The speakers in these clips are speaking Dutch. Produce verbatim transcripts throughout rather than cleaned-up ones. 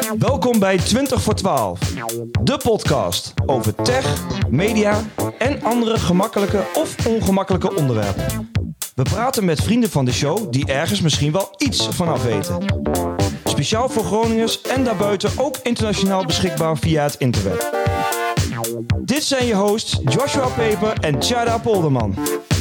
Welkom bij twintig voor twaalf, de podcast over tech, media en andere gemakkelijke of ongemakkelijke onderwerpen. We praten met vrienden van de show die ergens misschien wel iets vanaf weten. Speciaal voor Groningers en daarbuiten ook internationaal beschikbaar via het internet. Dit zijn je hosts Joshua Peper en Tjada Polderman.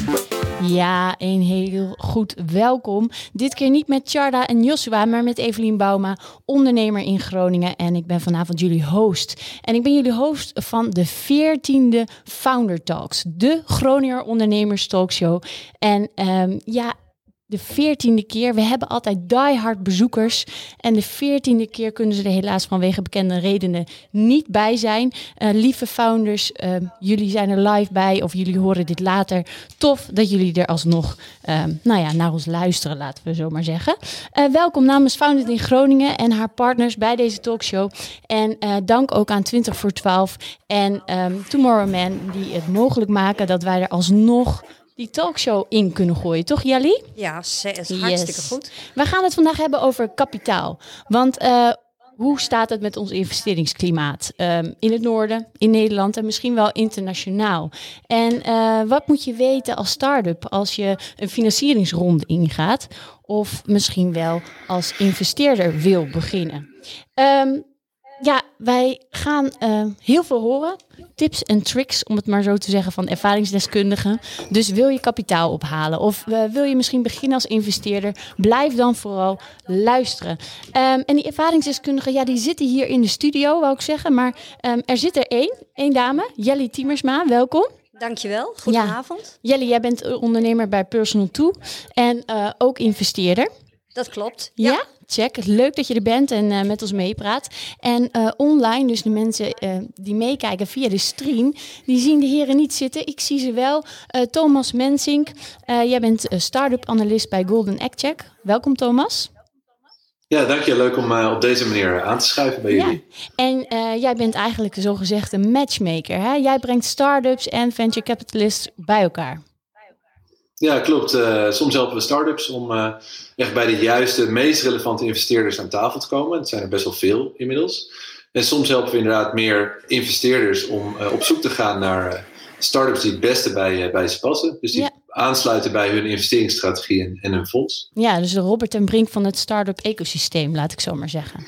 Ja, een heel goed welkom. Dit keer niet met Tjarda en Joshua, maar met Evelien Bouma, ondernemer in Groningen. En ik ben vanavond jullie host. En ik ben jullie host van de veertiende Founder Talks, de Groninger ondernemers talkshow. En um, ja... De veertiende keer. We hebben altijd diehard bezoekers. En de veertiende keer kunnen ze er helaas vanwege bekende redenen niet bij zijn. Uh, lieve founders, uh, jullie zijn er live bij of jullie horen dit later. Tof dat jullie er alsnog uh, nou ja, naar ons luisteren, laten we zo maar zeggen. Uh, welkom namens Founded in Groningen en haar partners bij deze talkshow. En uh, dank ook aan twintig voor twaalf en um, Tomorrowman die het mogelijk maken dat wij er alsnog die talkshow in kunnen gooien. Toch, Jelly? Ja, is hartstikke yes. goed. We gaan het vandaag hebben over kapitaal. Want uh, hoe staat het met ons investeringsklimaat? Um, in het noorden, in Nederland en misschien wel internationaal. En uh, wat moet je weten als start-up als je een financieringsronde ingaat? Of misschien wel als investeerder wil beginnen? Um, Ja, wij gaan uh, heel veel horen. Tips en tricks, om het maar zo te zeggen, van ervaringsdeskundigen. Dus wil je kapitaal ophalen of uh, wil je misschien beginnen als investeerder? Blijf dan vooral luisteren. Um, en die ervaringsdeskundigen, ja, die zitten hier in de studio, wou ik zeggen. Maar um, er zit er één, één dame, Jelly Tiemersma, welkom. Dankjewel, goedenavond. Ja. Jelly, jij bent ondernemer bij Personal two en uh, ook investeerder. Dat klopt. Ja, ja? Check. Leuk dat je er bent en uh, met ons meepraat. En uh, online, dus de mensen uh, die meekijken via de stream, die zien de heren niet zitten. Ik zie ze wel. Uh, Thomas Mensink, uh, jij bent uh, start-up analist bij Golden Egg Check. Welkom, Thomas. Ja, dank je. Leuk om uh, op deze manier aan te schuiven bij jullie. Ja. En uh, jij bent eigenlijk zogezegd een matchmaker. Hè? Jij brengt start-ups en venture capitalists bij elkaar. Ja, klopt. Uh, soms helpen we start-ups om uh, echt bij de juiste, meest relevante investeerders aan tafel te komen. Het zijn er best wel veel inmiddels. En soms helpen we inderdaad meer investeerders om uh, op zoek te gaan naar uh, start-ups die het beste bij, uh, bij ze passen. Dus die ja. aansluiten bij hun investeringsstrategie en, en hun fonds. Ja, dus de Robert en Brink van het start-up ecosysteem, laat ik zo maar zeggen.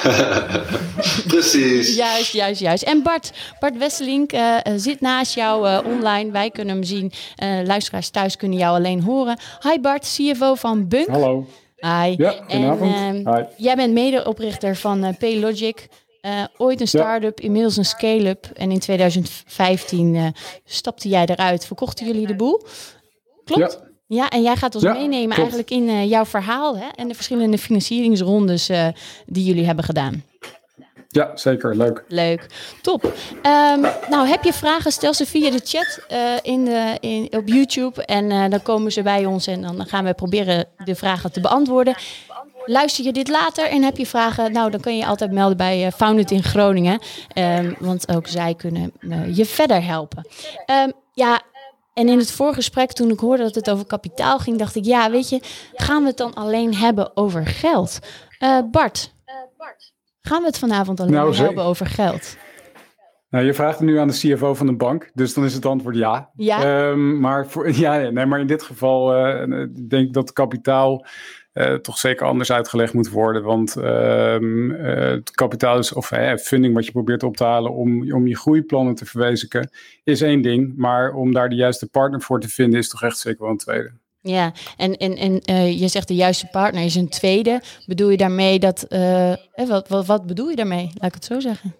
Precies. Juist, juist, juist. En Bart, Bart Wesselink uh, zit naast jou uh, online. Wij kunnen hem zien. Uh, luisteraars thuis kunnen jou alleen horen. Hi Bart, C F O van Bunk. Hallo. Hi. Ja, goedenavond. En, uh, Hi. Jij bent medeoprichter van uh, Paylogic. Uh, ooit een start-up, ja. Inmiddels een scale-up. En in twintig vijftien uh, stapte jij eruit. Verkochten jullie de boel? Klopt? Ja. Ja, en jij gaat ons ja, meenemen klopt. eigenlijk in uh, jouw verhaal, hè? En de verschillende financieringsrondes uh, die jullie hebben gedaan. Ja, zeker. Leuk. Leuk. Top. Um, nou, heb je vragen? Stel ze via de chat uh, in de, in, op YouTube. En uh, dan komen ze bij ons en dan gaan we proberen de vragen te beantwoorden. Luister je dit later en heb je vragen? Nou, dan kun je je altijd melden bij uh, Founded in Groningen. Um, want ook zij kunnen uh, je verder helpen. Um, ja... En in het voorgesprek, toen ik hoorde dat het over kapitaal ging, dacht ik, ja, weet je, gaan we het dan alleen hebben over geld? Uh, Bart, gaan we het vanavond alleen nou, hebben over geld? Nou, je vraagt het nu aan de C F O van de bank, dus dan is het antwoord ja. Ja? Um, maar, voor, ja nee, maar in dit geval uh, denk ik dat kapitaal Uh, toch zeker anders uitgelegd moet worden. Want uh, uh, het kapitaal is, of uh, funding wat je probeert op te halen om, om je groeiplannen te verwezenlijken, is één ding. Maar om daar de juiste partner voor te vinden, is toch echt zeker wel een tweede. Ja, en, en, en uh, je zegt de juiste partner is een tweede. Bedoel je daarmee dat... Uh, eh, wat, wat, wat bedoel je daarmee? Laat ik het zo zeggen.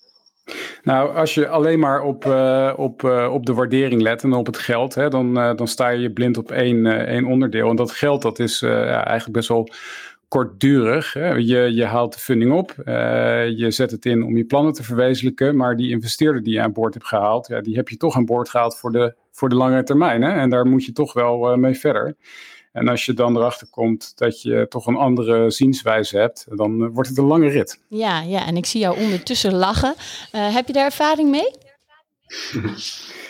Nou, als je alleen maar op, uh, op, uh, op de waardering let en op het geld, hè, dan, uh, dan sta je blind op één, uh, één onderdeel. En dat geld, dat is uh, ja, eigenlijk best wel kortdurig. Hè. Je, je haalt de funding op, uh, je zet het in om je plannen te verwezenlijken, maar die investeerder die je aan boord hebt gehaald, ja, die heb je toch aan boord gehaald voor de, voor de lange termijn. Hè. En daar moet je toch wel uh, mee verder. En als je dan erachter komt dat je toch een andere zienswijze hebt, dan uh, wordt het een lange rit. Ja, ja, en ik zie jou ondertussen lachen. Uh, heb je daar ervaring mee?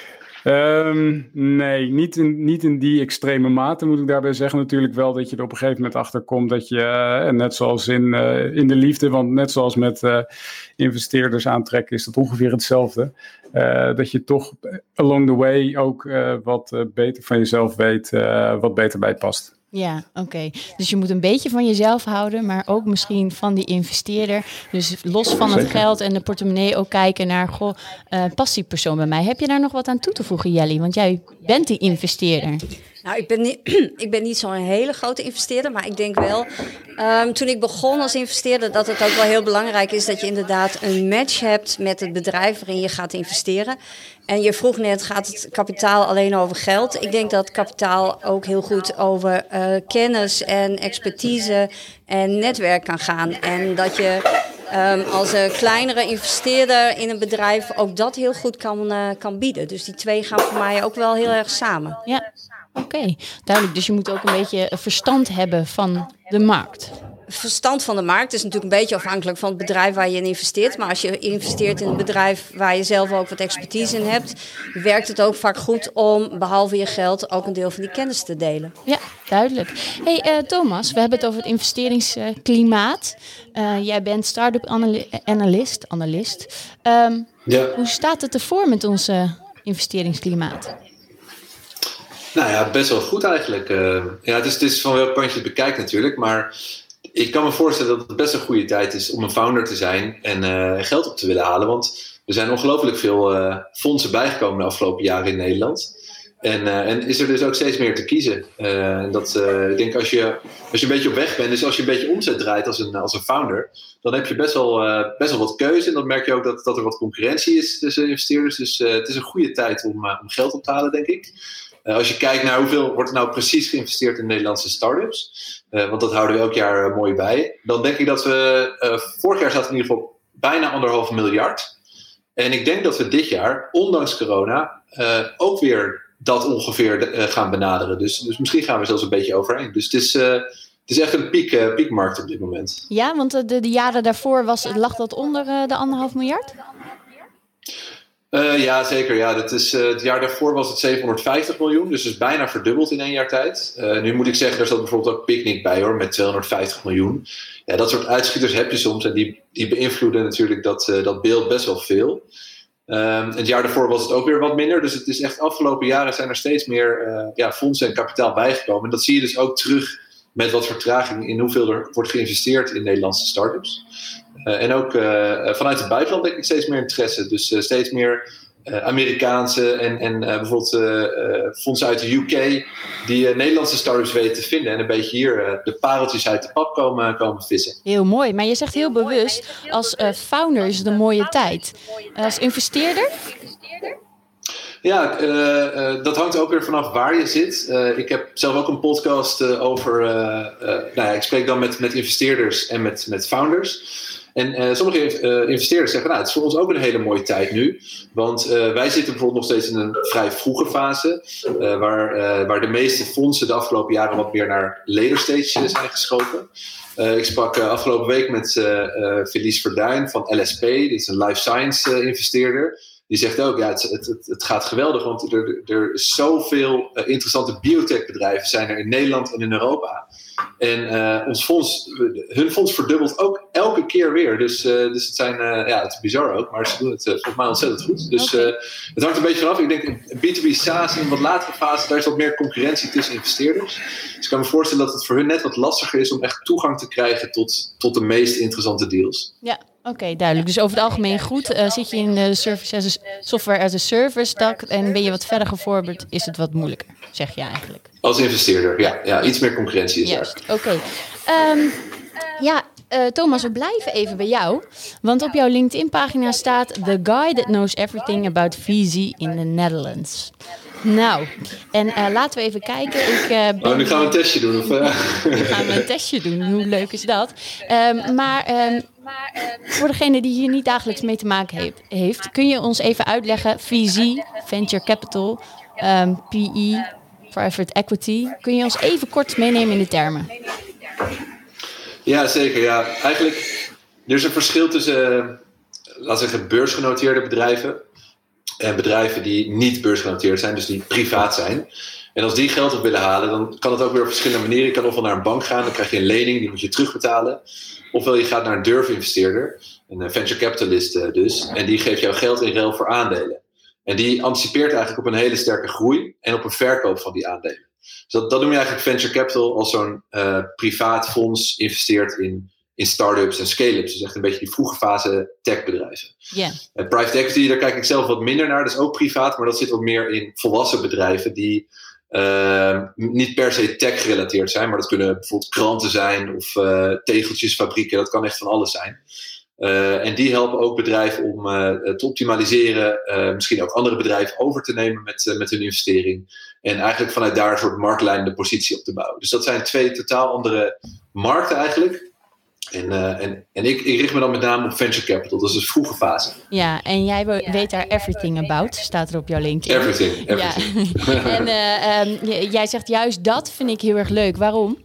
Um, nee, niet in, niet in die extreme mate moet ik daarbij zeggen. Natuurlijk wel dat je er op een gegeven moment achter komt dat je, uh, net zoals in, uh, in de liefde, want net zoals met uh, investeerders aantrekken is dat ongeveer hetzelfde. Uh, dat je toch along the way ook uh, wat uh, beter van jezelf weet, uh, wat beter bij past. Ja, oké. Okay. Dus je moet een beetje van jezelf houden, maar ook misschien van die investeerder. Dus los van het geld en de portemonnee ook kijken naar, goh, uh, past die persoon bij mij? Heb je daar nog wat aan toe te voegen, Jelly? Want jij bent die investeerder. Nou, ik ben niet, ik ben niet zo'n hele grote investeerder, maar ik denk wel, um, toen ik begon als investeerder, dat het ook wel heel belangrijk is dat je inderdaad een match hebt met het bedrijf waarin je gaat investeren. En je vroeg net, gaat het kapitaal alleen over geld? Ik denk dat kapitaal ook heel goed over uh, kennis en expertise en netwerk kan gaan. En dat je um, als een kleinere investeerder in een bedrijf ook dat heel goed kan, uh, kan bieden. Dus die twee gaan voor mij ook wel heel erg samen. Ja. Oké, okay, duidelijk. Dus je moet ook een beetje verstand hebben van de markt. Verstand van de markt is natuurlijk een beetje afhankelijk van het bedrijf waar je in investeert. Maar als je investeert in een bedrijf waar je zelf ook wat expertise in hebt, werkt het ook vaak goed om, behalve je geld, ook een deel van die kennis te delen. Ja, duidelijk. Hey uh, Thomas, we hebben het over het investeringsklimaat. Uh, jij bent start-up anali- analist. analist. Um, ja. Hoe staat het ervoor met ons uh, investeringsklimaat? Nou ja, best wel goed eigenlijk. Uh, ja, het is, het is van welk kant je het bekijkt natuurlijk. Maar ik kan me voorstellen dat het best een goede tijd is om een founder te zijn en uh, geld op te willen halen. Want er zijn ongelooflijk veel uh, fondsen bijgekomen de afgelopen jaren in Nederland. En, uh, en is er dus ook steeds meer te kiezen. Uh, dat, uh, ik denk als je, als je een beetje op weg bent, dus als je een beetje omzet draait als een, als een founder, dan heb je best wel, uh, best wel wat keuze. En dan merk je ook dat, dat er wat concurrentie is tussen investeerders. Dus uh, het is een goede tijd om, uh, om geld op te halen, denk ik. Uh, als je kijkt naar hoeveel wordt er nou precies geïnvesteerd in Nederlandse start-ups, uh, want dat houden we elk jaar uh, mooi bij, dan denk ik dat we, uh, vorig jaar zaten we in ieder geval bijna anderhalf miljard. En ik denk dat we dit jaar, ondanks corona, uh, ook weer dat ongeveer de, uh, gaan benaderen. Dus, dus misschien gaan we zelfs een beetje overheen. Dus het is, uh, het is echt een piek, uh, piekmarkt op dit moment. Ja, want de, de jaren daarvoor was, lag dat onder uh, de anderhalf miljard? Uh, ja, zeker. Ja, dat is, uh, het jaar daarvoor was het zevenhonderdvijftig miljoen. Dus het is bijna verdubbeld in één jaar tijd. Uh, nu moet ik zeggen, er zat bijvoorbeeld ook Picnic bij hoor, met tweehonderdvijftig miljoen. Ja, dat soort uitschieters heb je soms. En die, die beïnvloeden natuurlijk dat, uh, dat beeld best wel veel. Um, het jaar daarvoor was het ook weer wat minder. Dus het is echt afgelopen jaren zijn er steeds meer uh, ja, fondsen en kapitaal bijgekomen. En dat zie je dus ook terug met wat vertraging in hoeveel er wordt geïnvesteerd in Nederlandse start-ups. Uh, en ook uh, vanuit het buitenland denk ik steeds meer interesse. Dus uh, steeds meer uh, Amerikaanse en, en uh, bijvoorbeeld uh, uh, fondsen uit de U K die uh, Nederlandse start-ups weten te vinden. En een beetje hier uh, de pareltjes uit de pap komen, komen vissen. Heel mooi, maar je zegt heel bewust, als uh, founder is het een mooie tijd. Uh, als investeerder? Ja, uh, uh, dat hangt ook weer vanaf waar je zit. Uh, ik heb zelf ook een podcast uh, over... Uh, uh, nou ja, ik spreek dan met, met investeerders en met, met founders. En uh, sommige uh, investeerders zeggen, nou, het is voor ons ook een hele mooie tijd nu. Want uh, wij zitten bijvoorbeeld nog steeds in een vrij vroege fase. Uh, waar, uh, waar de meeste fondsen de afgelopen jaren wat meer naar later stage zijn geschoven. Uh, ik sprak uh, afgelopen week met uh, uh, Felice Verduin van L S P. Die is een life science uh, investeerder. Die zegt ook, ja, het, het, het, het gaat geweldig, want er, er is zoveel uh, interessante biotechbedrijven zijn er in Nederland en in Europa. En uh, ons fonds, hun fonds verdubbelt ook elke keer weer. Dus, uh, dus het zijn, uh, ja, het is bizar ook, maar ze doen het uh, volgens mij ontzettend goed. Dus uh, het hangt een beetje vanaf. Ik denk, B twee B SaaS in een wat latere fase, daar is wat meer concurrentie tussen investeerders. Dus ik kan me voorstellen dat het voor hun net wat lastiger is om echt toegang te krijgen tot, tot de meest interessante deals. Ja. Oké, okay, duidelijk. Dus over het algemeen goed. Uh, zit je in de service as a, software as a service tak en ben je wat verder gevorderd, is het wat moeilijker, zeg je eigenlijk. Als investeerder, ja. ja iets meer concurrentie is Juist, oké. Okay. Um, ja, uh, Thomas, we blijven even bij jou. Want op jouw LinkedIn-pagina staat The guy that knows everything about V C in the Netherlands. Nou, en uh, laten we even kijken. Ik, uh, ben... Oh, nu gaan we een testje doen. Of, uh... Nu gaan we een testje doen. Hoe leuk is dat? Um, maar um, voor degene die hier niet dagelijks mee te maken heeft, heeft kun je ons even uitleggen, V C, Venture Capital, um, P E, Private Equity. Kun je ons even kort meenemen in de termen? Ja, zeker. Ja. Eigenlijk, er is een verschil tussen, uh, laten we zeggen, beursgenoteerde bedrijven en bedrijven die niet beursgenoteerd zijn, dus die privaat zijn. En als die geld op willen halen, dan kan het ook weer op verschillende manieren. Je kan ofwel naar een bank gaan, dan krijg je een lening, die moet je terugbetalen. Ofwel je gaat naar een durfinvesteerder, een venture capitalist dus, en die geeft jou geld in ruil voor aandelen. En die anticipeert eigenlijk op een hele sterke groei en op een verkoop van die aandelen. Dus dat, dat noem je eigenlijk venture capital, als zo'n uh, privaat fonds investeert in, in start-ups en scale-ups. Dus echt een beetje die vroege fase techbedrijven. Yeah. Uh, private equity, daar kijk ik zelf wat minder naar. Dat is ook privaat, maar dat zit wat meer in volwassen bedrijven die uh, niet per se tech-gerelateerd zijn. Maar dat kunnen bijvoorbeeld kranten zijn of uh, tegeltjesfabrieken. Dat kan echt van alles zijn. Uh, en die helpen ook bedrijven om uh, te optimaliseren. Uh, misschien ook andere bedrijven over te nemen met, uh, met hun investering. En eigenlijk vanuit daar een soort marktleidende positie op te bouwen. Dus dat zijn twee totaal andere markten eigenlijk. En, uh, en, en ik, ik richt me dan met name op venture capital. Dat is de vroege fase. Ja, en jij be- weet daar everything about, staat er op jouw LinkedIn. Everything, everything. Ja. En uh, um, j- jij zegt juist dat vind ik heel erg leuk. Waarom?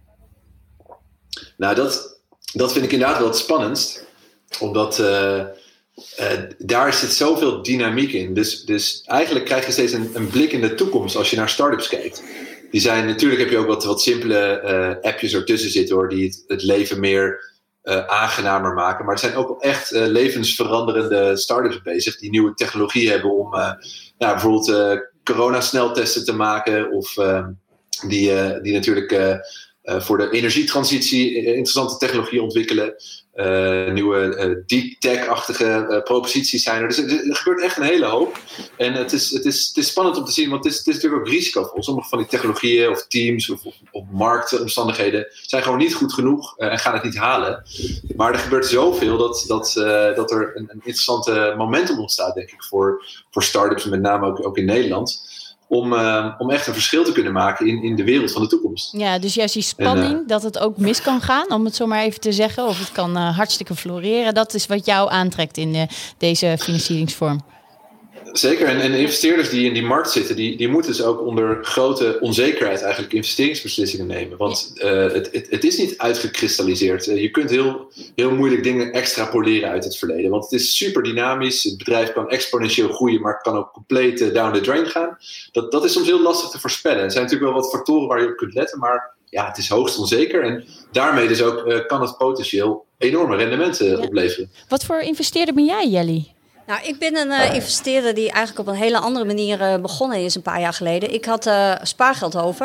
Nou, dat, dat vind ik inderdaad wel het spannendst. Omdat uh, uh, daar zit zoveel dynamiek in. Dus, dus eigenlijk krijg je steeds een, een blik in de toekomst als je naar start-ups kijkt. Die zijn, natuurlijk heb je ook wat, wat simpele uh, appjes ertussen zitten hoor, die het, het leven meer uh, aangenamer maken. Maar er zijn ook wel echt uh, levensveranderende start-ups bezig die nieuwe technologie hebben om uh, nou, bijvoorbeeld uh, coronasneltesten te maken. Of uh, die, uh, die natuurlijk uh, uh, voor de energietransitie interessante technologie ontwikkelen. Uh, nieuwe uh, deep tech-achtige uh, proposities zijn er. Dus er, er gebeurt echt een hele hoop. En het is, het is, het is spannend om te zien, want het is, het is natuurlijk ook risicovol. Sommige van die technologieën of teams of, of, of marktomstandigheden zijn gewoon niet goed genoeg uh, en gaan het niet halen. Maar er gebeurt zoveel dat, dat, uh, dat er een, een interessante momentum ontstaat, denk ik, voor, voor start-ups, met name ook, ook in Nederland. Om, uh, om echt een verschil te kunnen maken in, in de wereld van de toekomst. Ja, dus juist die spanning, en, uh, dat het ook mis kan gaan, om het zo maar even te zeggen. Of het kan uh, hartstikke floreren. Dat is wat jou aantrekt in uh, deze financieringsvorm. Zeker, en, en investeerders die in die markt zitten, die, die moeten dus ook onder grote onzekerheid eigenlijk investeringsbeslissingen nemen. Want uh, het, het, het is niet uitgekristalliseerd. Uh, je kunt heel, heel moeilijk dingen extrapoleren uit het verleden. Want het is super dynamisch. Het bedrijf kan exponentieel groeien, maar kan ook compleet uh, down the drain gaan. Dat, dat is soms heel lastig te voorspellen. Er zijn natuurlijk wel wat factoren waar je op kunt letten, maar ja, het is hoogst onzeker. En daarmee dus ook uh, kan het potentieel enorme rendementen uh, ja. opleveren. Wat voor investeerder ben jij, Jelly? Nou, ik ben een uh, investeerder die eigenlijk op een hele andere manier uh, begonnen is een paar jaar geleden. Ik had uh, spaargeld over.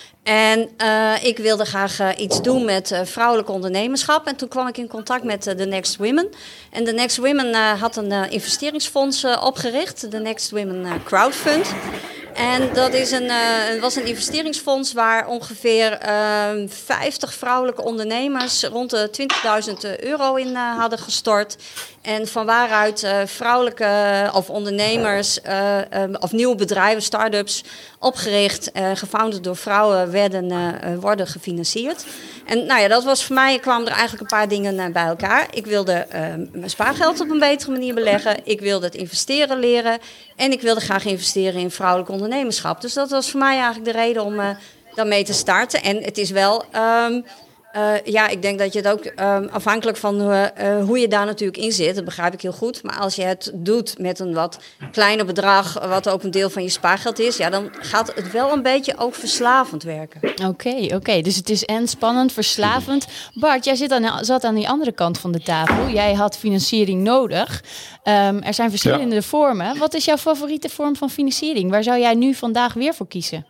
En uh, ik wilde graag uh, iets doen met uh, vrouwelijk ondernemerschap. En toen kwam ik in contact met uh, The Next Women. En The Next Women uh, had een uh, investeringsfonds uh, opgericht. The Next Women uh, Crowdfund. En dat is een, uh, was een investeringsfonds waar ongeveer uh, vijftig vrouwelijke ondernemers rond de twintigduizend euro in uh, hadden gestort. En van waaruit uh, vrouwelijke uh, of ondernemers uh, uh, of nieuwe bedrijven, start-ups, opgericht, uh, gefounded door vrouwen, werden uh, worden gefinancierd. En nou ja, dat was voor mij, kwamen er eigenlijk een paar dingen uh, bij elkaar. Ik wilde uh, mijn spaargeld op een betere manier beleggen. Ik wilde het investeren leren. En ik wilde graag investeren in vrouwelijk ondernemerschap. Dus dat was voor mij eigenlijk de reden om uh, daarmee te starten. En het is wel... Um, Uh, ja, ik denk dat je het ook um, afhankelijk van uh, uh, hoe je daar natuurlijk in zit, dat begrijp ik heel goed. Maar als je het doet met een wat kleiner bedrag, wat ook een deel van je spaargeld is, ja, dan gaat het wel een beetje ook verslavend werken. Oké, okay, oké. Okay. Dus het is en spannend, verslavend. Bart, jij zit aan, zat aan die andere kant van de tafel. Jij had financiering nodig. Um, er zijn verschillende ja. vormen. Wat is jouw favoriete vorm van financiering? Waar zou jij nu vandaag weer voor kiezen?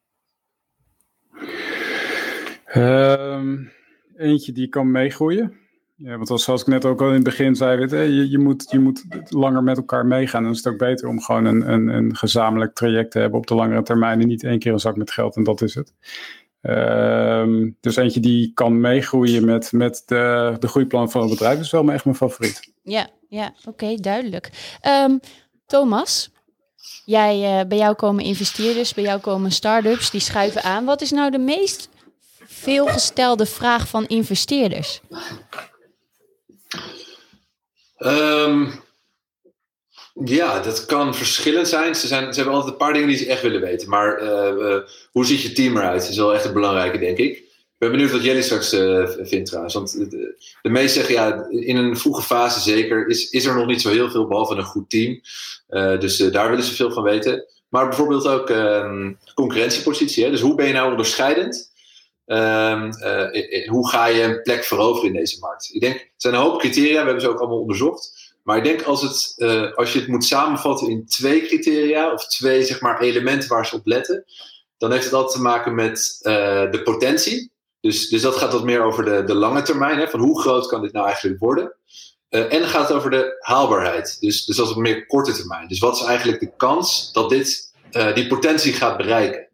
Um, eentje die kan meegroeien. Ja, want zoals ik net ook al in het begin zei, weet je, je, je, moet, je moet langer met elkaar meegaan. Dan is het ook beter om gewoon een, een, een gezamenlijk traject te hebben op de langere termijn en niet één keer een zak met geld en dat is het. Um, dus eentje die kan meegroeien met, met de, de groeiplan van het bedrijf is wel echt mijn favoriet. Ja, ja oké, okay, duidelijk. Um, Thomas, jij, uh, bij jou komen investeerders, bij jou komen start-ups, die schuiven aan. Wat is nou de meest veelgestelde vraag van investeerders? Um, ja, dat kan verschillend zijn. Ze, zijn. ze hebben altijd een paar dingen die ze echt willen weten. Maar uh, uh, hoe ziet je team eruit? Dat is wel echt het belangrijke, denk ik. Ik ben benieuwd wat Jelly straks uh, vindt trouwens. Want de, de meesten zeggen, ja, in een vroege fase zeker, is, is er nog niet zo heel veel, behalve een goed team. Uh, dus uh, daar willen ze veel van weten. Maar bijvoorbeeld ook um, concurrentiepositie. Hè? Dus hoe ben je nou onderscheidend? Um, uh, hoe ga je een plek veroveren in deze markt? Ik denk, er zijn een hoop criteria, we hebben ze ook allemaal onderzocht. Maar ik denk als, het, uh, als je het moet samenvatten in twee criteria, of twee zeg maar, elementen waar ze op letten, dan heeft het altijd te maken met uh, de potentie. Dus, dus dat gaat wat meer over de, de lange termijn. Hè, van hoe groot kan dit nou eigenlijk worden? Uh, en dan gaat het over de haalbaarheid. Dus, dus dat is op meer korte termijn. Dus wat is eigenlijk de kans dat dit uh, die potentie gaat bereiken?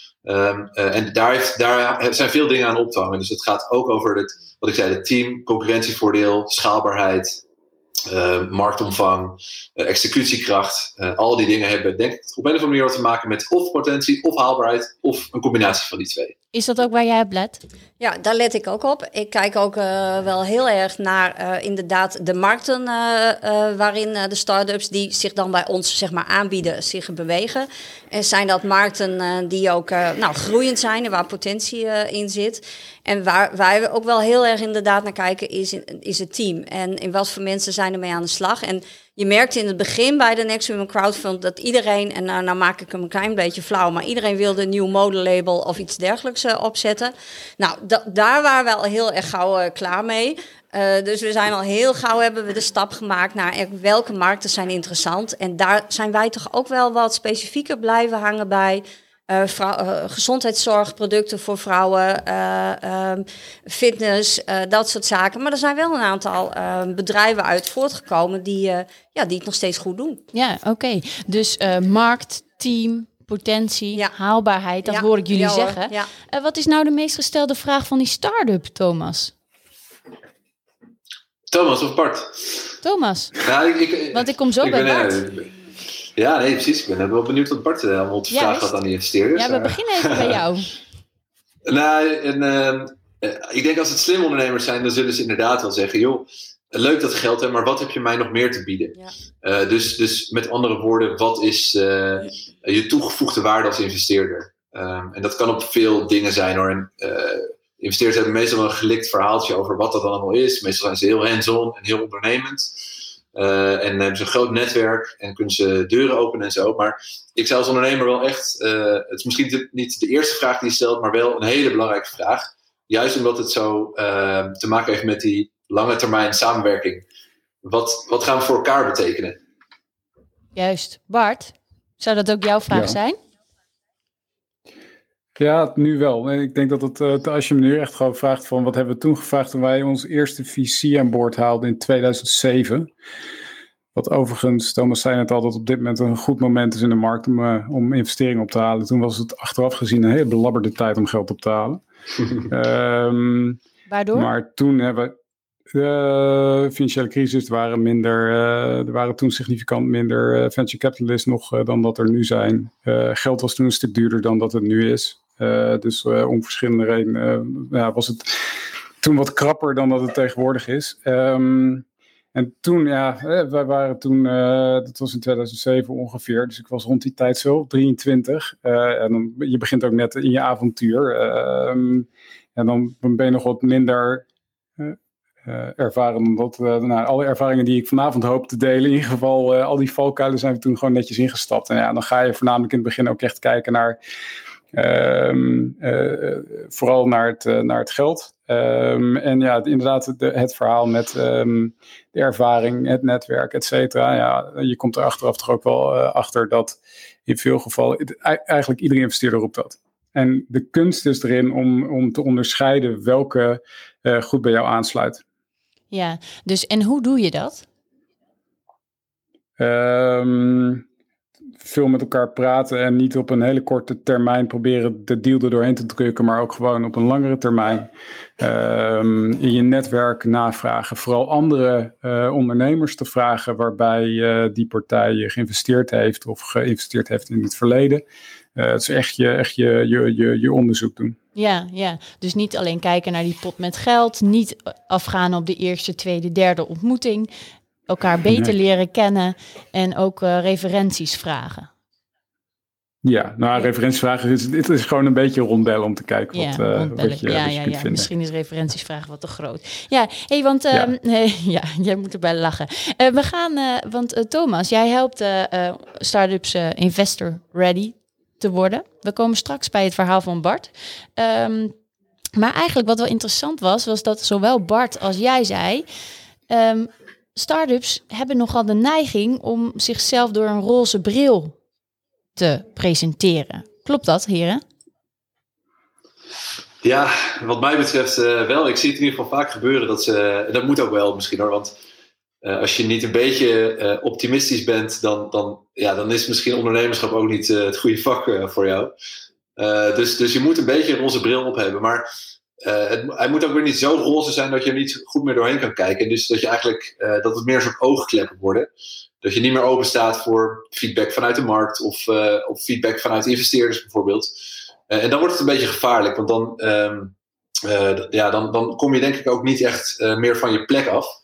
Um, uh, en daar, heeft, daar zijn veel dingen aan op te hangen. Dus het gaat ook over het, wat ik zei, het team, concurrentievoordeel, schaalbaarheid, uh, marktomvang, uh, executiekracht. Uh, al die dingen hebben denk ik op een of andere manier wat te maken met of potentie, of haalbaarheid, of een combinatie van die twee. Is dat ook waar jij op let? Ja, daar let ik ook op. Ik kijk ook uh, wel heel erg naar uh, inderdaad de markten uh, uh, waarin uh, de start-ups die zich dan bij ons zeg maar aanbieden zich bewegen. En zijn dat markten uh, die ook uh, nou, groeiend zijn en waar potentie uh, in zit. En waar wij ook wel heel erg inderdaad naar kijken is, is het team. En in wat voor mensen zijn er mee aan de slag. En je merkte in het begin bij de Next Women Crowdfund dat iedereen, en nou, nou maak ik hem een klein beetje flauw, maar iedereen wilde een nieuw modelabel of iets dergelijks uh, opzetten. Nou, da- daar waren we al heel erg gauw uh, klaar mee. Uh, dus we zijn al heel gauw hebben we de stap gemaakt naar welke markten zijn interessant. En daar zijn wij toch ook wel wat specifieker blijven hangen bij. Uh, vrou- uh, gezondheidszorg, producten voor vrouwen, uh, um, fitness, uh, dat soort zaken. Maar er zijn wel een aantal uh, bedrijven uit voortgekomen die, uh, ja, die het nog steeds goed doen. Ja, oké. Okay. Dus uh, markt, team, potentie, ja. haalbaarheid, dat ja. hoor ik jullie ja, zeggen. Ja. Uh, wat is nou de meest gestelde vraag van die start-up, Thomas? Thomas of Bart? Thomas. Ja, ik, ik, Want ik kom zo ik bij ben, Bart. Uh, Ja, nee, precies. Ik ben wel benieuwd wat Bart uh, allemaal te vragen had aan die investeerders. Ja, we beginnen even bij jou. nou, en, uh, uh, ik denk als het slim ondernemers zijn, dan zullen ze inderdaad wel zeggen, joh, leuk dat geld, hè, maar wat heb je mij nog meer te bieden? Ja. Uh, dus, dus met andere woorden, wat is uh, je toegevoegde waarde als investeerder? Um, en dat kan op veel dingen zijn hoor. En, uh, investeerders hebben meestal wel een gelikt verhaaltje over wat dat dan allemaal is. Meestal zijn ze heel hands-on en heel ondernemend. Uh, en hebben ze een groot netwerk en kunnen ze deuren openen en zo. Maar ik zou als ondernemer wel echt, uh, het is misschien de, niet de eerste vraag die je stelt, maar wel een hele belangrijke vraag. Juist omdat het zo uh, te maken heeft met die lange termijn samenwerking. Wat, wat gaan we voor elkaar betekenen? Juist. Bart, zou dat ook jouw vraag ja. zijn? Ja, nu wel. Ik denk dat het, uh, als je me nu echt gewoon vraagt van wat hebben we toen gevraagd toen wij ons eerste V C aan boord haalden in tweeduizend zeven. Wat overigens, Thomas zei het al, dat op dit moment een goed moment is in de markt om, uh, om investeringen op te halen. Toen was het achteraf gezien een hele belabberde tijd om geld op te halen. um, Waardoor? Maar toen hebben we de financiële crisis, er waren, minder, uh, er waren toen significant minder uh, venture capitalists nog uh, dan dat er nu zijn. Uh, geld was toen een stuk duurder dan dat het nu is. Uh, dus uh, om verschillende redenen uh, ja, was het toen wat krapper dan dat het tegenwoordig is. Um, en toen, ja, wij waren toen, uh, dat was in tweeduizend zeven ongeveer, dus ik was rond die tijd zo, drieëntwintig. Uh, en dan, je begint ook net in je avontuur. Uh, um, en dan ben je nog wat minder uh, uh, ervaren dan dat. Uh, nou, alle ervaringen die ik vanavond hoop te delen, in ieder geval, uh, al die valkuilen zijn we toen gewoon netjes ingestapt. En ja, dan ga je voornamelijk in het begin ook echt kijken naar Um, uh, vooral naar het, uh, naar het geld. Um, en ja, het, inderdaad de, het verhaal met um, de ervaring, het netwerk, et cetera. Ja, je komt er achteraf toch ook wel uh, achter dat in veel gevallen het, eigenlijk iedere investeerder roept dat. En de kunst is erin om, om te onderscheiden welke uh, goed bij jou aansluit. Ja, dus en hoe doe je dat? Um, veel met elkaar praten en niet op een hele korte termijn proberen de deal er doorheen te drukken, maar ook gewoon op een langere termijn um, in je netwerk navragen. Vooral andere uh, ondernemers te vragen waarbij uh, die partij geïnvesteerd heeft of geïnvesteerd heeft in het verleden. Uh, het is echt je, echt je, je, je, je onderzoek doen. Ja, ja, dus niet alleen kijken naar die pot met geld, niet afgaan op de eerste, tweede, derde ontmoeting. Elkaar beter nee. leren kennen en ook uh, referenties vragen. Ja, nou, ja. referentievragen, is, dit is gewoon een beetje rondbellen om te kijken wat, ja, uh, wat je, ja, wat je ja, kunt ja. vinden. Misschien is referentievragen wat te groot. Ja, hey, want uh, ja. Nee, ja, jij moet erbij lachen. Uh, we gaan, uh, want uh, Thomas, jij helpt uh, uh, startups uh, investor ready te worden. We komen straks bij het verhaal van Bart. Um, maar eigenlijk wat wel interessant was, was dat zowel Bart als jij zei, um, startups hebben nogal de neiging om zichzelf door een roze bril te presenteren. Klopt dat, heren? Ja, wat mij betreft uh, wel. Ik zie het in ieder geval vaak gebeuren. Dat ze, dat moet ook wel misschien hoor. Want uh, als je niet een beetje uh, optimistisch bent, dan, dan, ja, dan is misschien ondernemerschap ook niet uh, het goede vak uh, voor jou. Uh, dus, dus je moet een beetje een roze bril op hebben. Maar uh, het, hij moet ook weer niet zo roze zijn dat je er niet goed meer doorheen kan kijken. Dus dat je eigenlijk uh, dat het meer een soort oogkleppen worden. Dat je niet meer open staat voor feedback vanuit de markt of, uh, of feedback vanuit investeerders bijvoorbeeld. Uh, en dan wordt het een beetje gevaarlijk, want dan, um, uh, ja, dan, dan kom je denk ik ook niet echt uh, meer van je plek af.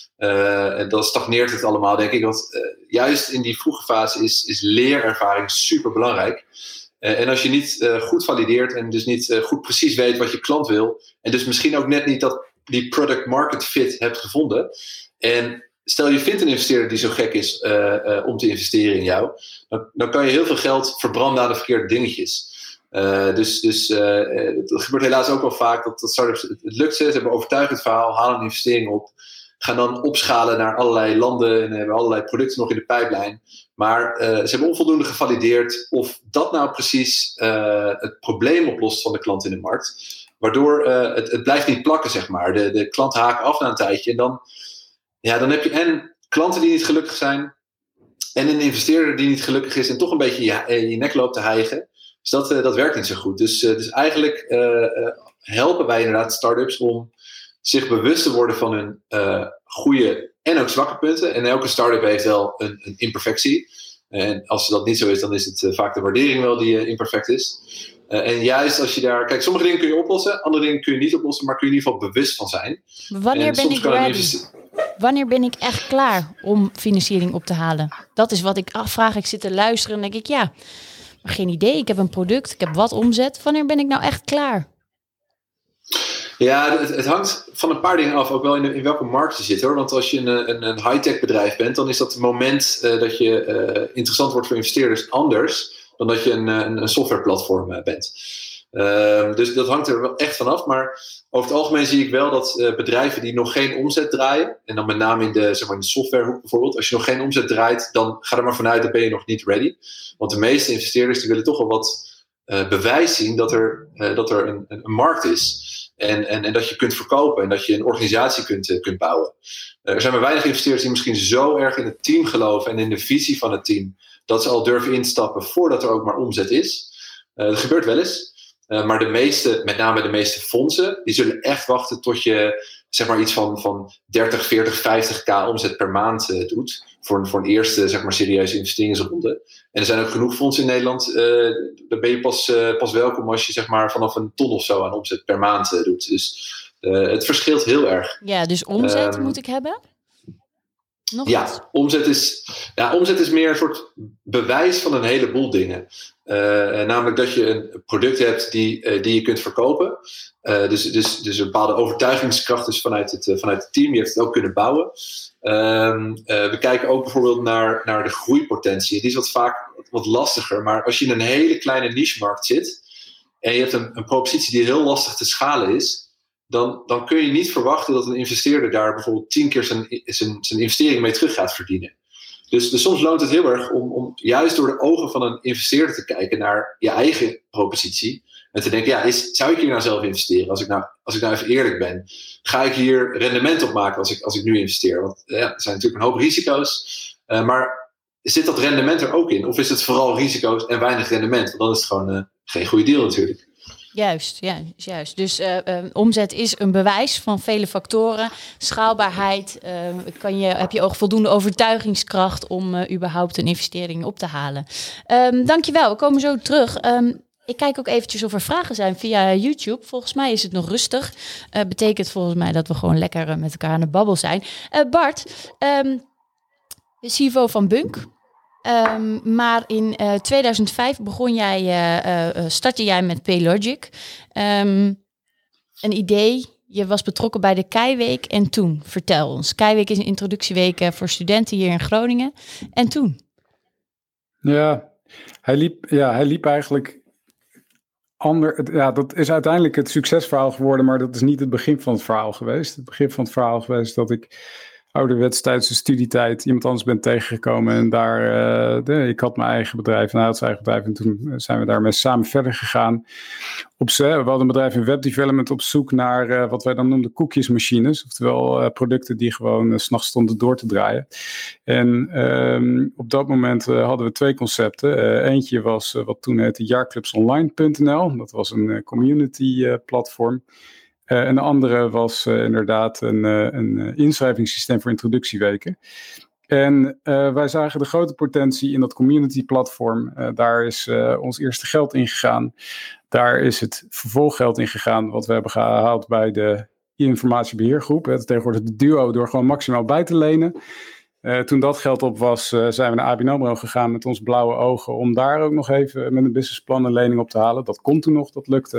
Uh, en dan stagneert het allemaal, denk ik. Want uh, juist in die vroege fase is, is leerervaring super belangrijk. Uh, en als je niet uh, goed valideert en dus niet uh, goed precies weet wat je klant wil, en dus misschien ook net niet dat die product market fit hebt gevonden. En stel je vindt een investeerder die zo gek is uh, uh, om te investeren in jou, dan, dan kan je heel veel geld verbranden aan de verkeerde dingetjes. Uh, dus dus uh, het gebeurt helaas ook wel vaak dat, dat startups, het, het lukt ze, ze hebben overtuigend verhaal, halen een investering op, gaan dan opschalen naar allerlei landen en hebben allerlei producten nog in de pijplijn. Maar uh, ze hebben onvoldoende gevalideerd of dat nou precies uh, het probleem oplost van de klant in de markt. Waardoor uh, het, het blijft niet plakken, zeg maar. De, de klant haakt af na een tijdje en dan, ja, dan heb je en klanten die niet gelukkig zijn en een investeerder die niet gelukkig is en toch een beetje je, je nek loopt te hijgen. Dus dat, uh, dat werkt niet zo goed. Dus, uh, dus eigenlijk uh, uh, helpen wij inderdaad startups om zich bewust te worden van hun uh, goede en ook zwakke punten. En elke start-up heeft wel een, een imperfectie. En als dat niet zo is, dan is het uh, vaak de waardering wel die uh, imperfect is. Uh, en juist als je daar... Kijk, sommige dingen kun je oplossen, andere dingen kun je niet oplossen, maar kun je in ieder geval bewust van zijn. Wanneer ben ik ready? Investe- Wanneer ben ik echt klaar om financiering op te halen? Dat is wat ik afvraag. Ik zit te luisteren en denk ik, ja, maar geen idee. Ik heb een product, ik heb wat omzet. Wanneer ben ik nou echt klaar? Ja, het, het hangt van een paar dingen af, ook wel in, de, in welke markt je zit hoor. Want als je een, een, een high-tech bedrijf bent, dan is dat het moment uh, dat je uh, interessant wordt voor investeerders anders dan dat je een, een, een softwareplatform uh, bent. Uh, dus dat hangt er wel echt van af. Maar over het algemeen zie ik wel dat uh, bedrijven die nog geen omzet draaien, en dan met name in de, zeg maar in de softwarehoek bijvoorbeeld, als je nog geen omzet draait, dan ga er maar vanuit, dan ben je nog niet ready. Want de meeste investeerders die willen toch wel wat uh, bewijs zien dat er, uh, dat er een, een, een markt is. En, en, en dat je kunt verkopen en dat je een organisatie kunt, uh, kunt bouwen. Uh, er zijn maar weinig investeerders die misschien zo erg in het team geloven en in de visie van het team, dat ze al durven instappen voordat er ook maar omzet is. Uh, dat gebeurt wel eens. Uh, maar de meeste, met name de meeste fondsen, die zullen echt wachten tot je zeg maar iets van, van dertig, veertig, vijftig k omzet per maand uh, doet. Voor, voor een eerste zeg maar, serieuze investeringsronde. En er zijn ook genoeg fondsen in Nederland. Uh, dan ben je pas, uh, pas welkom als je zeg maar, vanaf een ton of zo aan omzet per maand uh, doet. Dus uh, het verschilt heel erg. Ja, dus omzet um, moet ik hebben? Nog ja, wat? omzet is, ja, omzet is meer een soort bewijs van een heleboel dingen. Uh, namelijk dat je een product hebt die, uh, die je kunt verkopen. Uh, dus, dus, dus een bepaalde overtuigingskracht is vanuit het, uh, vanuit het team. Je hebt het ook kunnen bouwen. Um, uh, we kijken ook bijvoorbeeld naar, naar de groeipotentie. Die is wat vaak wat lastiger. Maar als je in een hele kleine niche-markt zit en je hebt een, een propositie die heel lastig te schalen is, Dan, dan kun je niet verwachten dat een investeerder daar bijvoorbeeld tien keer zijn, zijn, zijn investering mee terug gaat verdienen. Dus, dus soms loont het heel erg om, om juist door de ogen van een investeerder te kijken naar je eigen propositie. En te denken, ja, is, zou ik hier nou zelf investeren? Als ik nou, als ik nou even eerlijk ben, ga ik hier rendement op maken als ik, als ik nu investeer? Want ja, er zijn natuurlijk een hoop risico's. Uh, maar zit dat rendement er ook in? Of is het vooral risico's en weinig rendement? Want dan is het gewoon uh, geen goede deal natuurlijk. Juist, ja, juist. Dus uh, uh, omzet is een bewijs van vele factoren. Schaalbaarheid, uh, kan je, heb je ook voldoende overtuigingskracht om uh, überhaupt een investering op te halen. Um, dankjewel, we komen zo terug. Um, ik kijk ook eventjes of er vragen zijn via YouTube. Volgens mij is het nog rustig. Uh, betekent volgens mij dat we gewoon lekker uh, met elkaar aan de babbel zijn. Uh, Bart, um, C F O van Bunk. Um, maar in uh, tweeduizend vijf begon jij, uh, uh, startte jij met Paylogic. Um, een idee, je was betrokken bij de Keiweek en toen, vertel ons. Keiweek is een introductieweek voor studenten hier in Groningen. En toen? Ja, hij liep, ja, hij liep eigenlijk... Ander, ja, dat is uiteindelijk het succesverhaal geworden, maar dat is niet het begin van het verhaal geweest. Het begin van het verhaal geweest dat ik ouderwets tijdens de studietijd iemand anders ben tegengekomen en daar, uh, de, ik had mijn eigen bedrijf en hij had zijn eigen bedrijf en toen zijn we daarmee samen verder gegaan. Op, we hadden een bedrijf in webdevelopment op zoek naar uh, wat wij dan noemden koekjesmachines, oftewel uh, producten die gewoon uh, 's nachts stonden door te draaien. En um, op dat moment uh, hadden we twee concepten. Uh, eentje was uh, wat toen heette jaarclubsonline punt n l, dat was een uh, community uh, platform. Uh, en de andere was uh, inderdaad een, uh, een uh, inschrijvingssysteem voor introductieweken. En uh, wij zagen de grote potentie in dat community platform. Uh, daar is uh, ons eerste geld in gegaan. Daar is het vervolggeld in gegaan wat we hebben gehaald bij de informatiebeheergroep. Het is tegenwoordig de duo door gewoon maximaal bij te lenen. Uh, toen dat geld op was, uh, zijn we naar A B N AMRO gegaan met ons blauwe ogen om daar ook nog even met een businessplan een lening op te halen. Dat kon toen nog, dat lukte.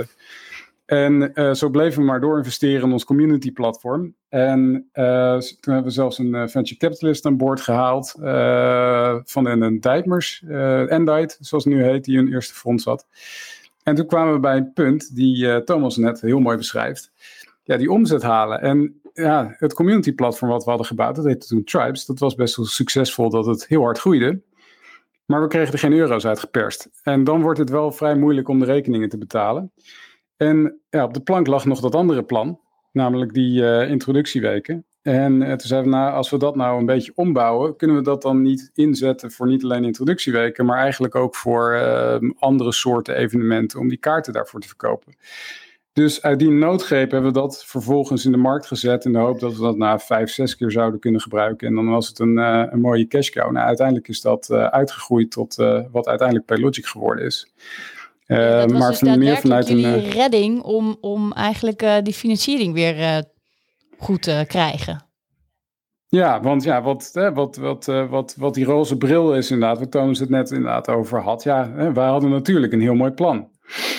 En uh, zo bleven we maar door investeren in ons community platform. En uh, toen hebben we zelfs een uh, venture capitalist aan boord gehaald uh, van een, een Dijtmers, uh, Endite, zoals het nu heet, die hun eerste fonds had. En toen kwamen we bij een punt die uh, Thomas net heel mooi beschrijft. Ja, die omzet halen. En ja, het community platform wat we hadden gebouwd, dat heette toen Tribes. Dat was best wel succesvol dat het heel hard groeide. Maar we kregen er geen euro's uit geperst. En dan wordt het wel vrij moeilijk om de rekeningen te betalen. En ja, op de plank lag nog dat andere plan, namelijk die uh, introductieweken. En uh, toen zeiden we, nou, als we dat nou een beetje ombouwen, kunnen we dat dan niet inzetten voor niet alleen introductieweken, maar eigenlijk ook voor uh, andere soorten evenementen, om die kaarten daarvoor te verkopen. Dus uit die noodgreep hebben we dat vervolgens in de markt gezet in de hoop dat we dat na vijf, zes keer zouden kunnen gebruiken. En dan was het een, uh, een mooie cash cow. Nou, uiteindelijk is dat uh, uitgegroeid tot uh, wat uiteindelijk Paylogic geworden is. Uh, ja, dat was maar dus van meer vanuit jullie een uh, redding om, om eigenlijk uh, die financiering weer uh, goed te uh, krijgen. Ja, want ja, wat, hè, wat, wat, uh, wat, wat die roze bril is inderdaad, waar Thomas het net inderdaad over had. Ja, hè, wij hadden natuurlijk een heel mooi plan.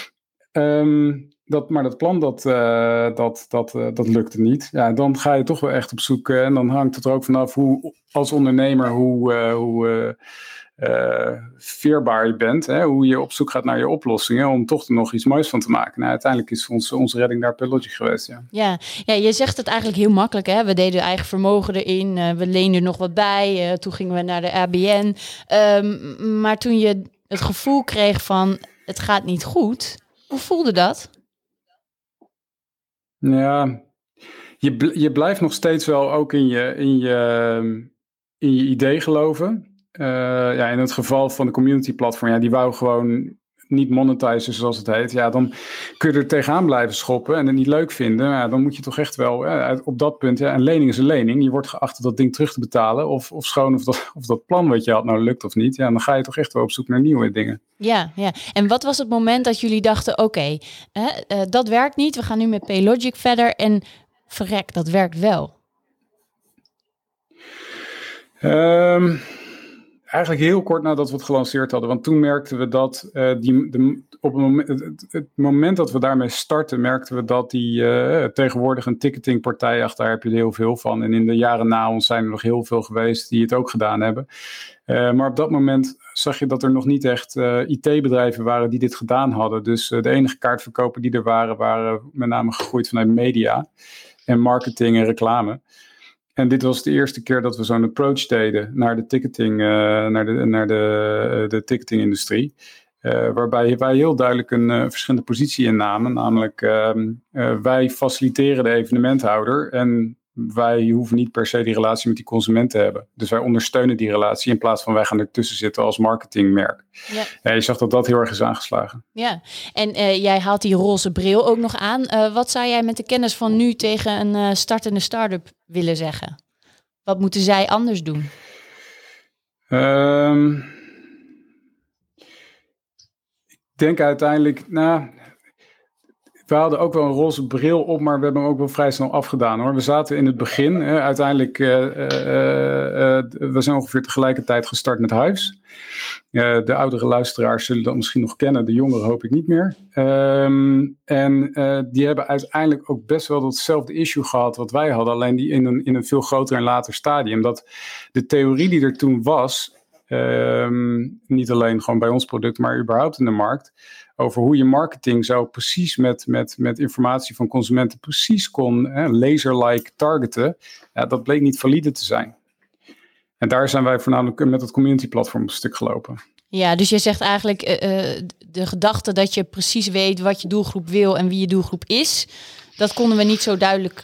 Um, dat, maar dat plan, dat, uh, dat, dat, uh, dat lukte niet. Ja, dan ga je toch wel echt op zoek. Uh, en dan hangt het er ook vanaf hoe als ondernemer, hoe... Uh, hoe uh, Uh, veerbaar je bent, hè, hoe je op zoek gaat naar je oplossingen om toch er nog iets moois van te maken. Nou, uiteindelijk is ons, onze redding daar Paylogic geweest, ja. Ja. Ja, je zegt het eigenlijk heel makkelijk, hè? We deden eigen vermogen erin, uh, we leenden nog wat bij, uh, toen gingen we naar de A B N. Um, maar toen je het gevoel kreeg van het gaat niet goed, hoe voelde dat? Ja, je, bl- je blijft nog steeds wel ook in je, in je, in je idee geloven. Uh, ja, in het geval van de community platform, ja, die wou gewoon niet monetizen zoals het heet. Ja, dan kun je er tegenaan blijven schoppen en het niet leuk vinden. Ja, dan moet je toch echt wel ja, op dat punt, ja, een lening is een lening. Je wordt geacht dat ding terug te betalen. Of, of schoon of dat, of dat plan wat je had nou lukt of niet. Ja, dan ga je toch echt wel op zoek naar nieuwe dingen. Ja, ja. En wat was het moment dat jullie dachten, oké, okay, uh, dat werkt niet. We gaan nu met Paylogic verder en verrek, dat werkt wel. Um, Eigenlijk heel kort nadat we het gelanceerd hadden. Want toen merkten we dat uh, die, de, op het moment, het, het moment dat we daarmee starten, merkten we dat die uh, tegenwoordig een ticketingpartij, ach, daar heb je er heel veel van. En in de jaren na ons zijn er nog heel veel geweest die het ook gedaan hebben. Uh, maar op dat moment zag je dat er nog niet echt uh, I T-bedrijven waren die dit gedaan hadden. Dus uh, de enige kaartverkopen die er waren, waren met name gegroeid vanuit media en marketing en reclame. En dit was de eerste keer dat we zo'n approach deden naar de ticketing, uh, naar de, naar de, uh, de ticketingindustrie. Uh, waarbij wij heel duidelijk een uh, verschillende positie innamen. Namelijk, uh, uh, wij faciliteren de evenementhouder en wij hoeven niet per se die relatie met die consument te hebben. Dus wij ondersteunen die relatie in plaats van wij gaan ertussen zitten als marketingmerk. Ja. Uh, je zag dat dat heel erg is aangeslagen. Ja, en uh, jij haalt die roze bril ook nog aan. Uh, wat zou jij met de kennis van nu tegen een uh, startende start-up willen zeggen? Wat moeten zij anders doen? Um, ik denk uiteindelijk, nou, we hadden ook wel een roze bril op, maar we hebben hem ook wel vrij snel afgedaan hoor. We zaten in het begin, hè, uiteindelijk, uh, uh, uh, we zijn ongeveer tegelijkertijd gestart met Hives. Uh, de oudere luisteraars zullen dat misschien nog kennen, de jongeren hoop ik niet meer. Um, en uh, die hebben uiteindelijk ook best wel datzelfde issue gehad wat wij hadden, alleen die in een, in een veel groter en later stadium. Dat de theorie die er toen was, um, niet alleen gewoon bij ons product, maar überhaupt in de markt, over hoe je marketing zo precies met, met, met informatie van consumenten precies kon hè, laser-like targeten, ja, dat bleek niet valide te zijn. En daar zijn wij voornamelijk met het community platform een stuk gelopen. Ja, dus je zegt eigenlijk uh, de gedachte dat je precies weet wat je doelgroep wil en wie je doelgroep is, dat konden we niet zo duidelijk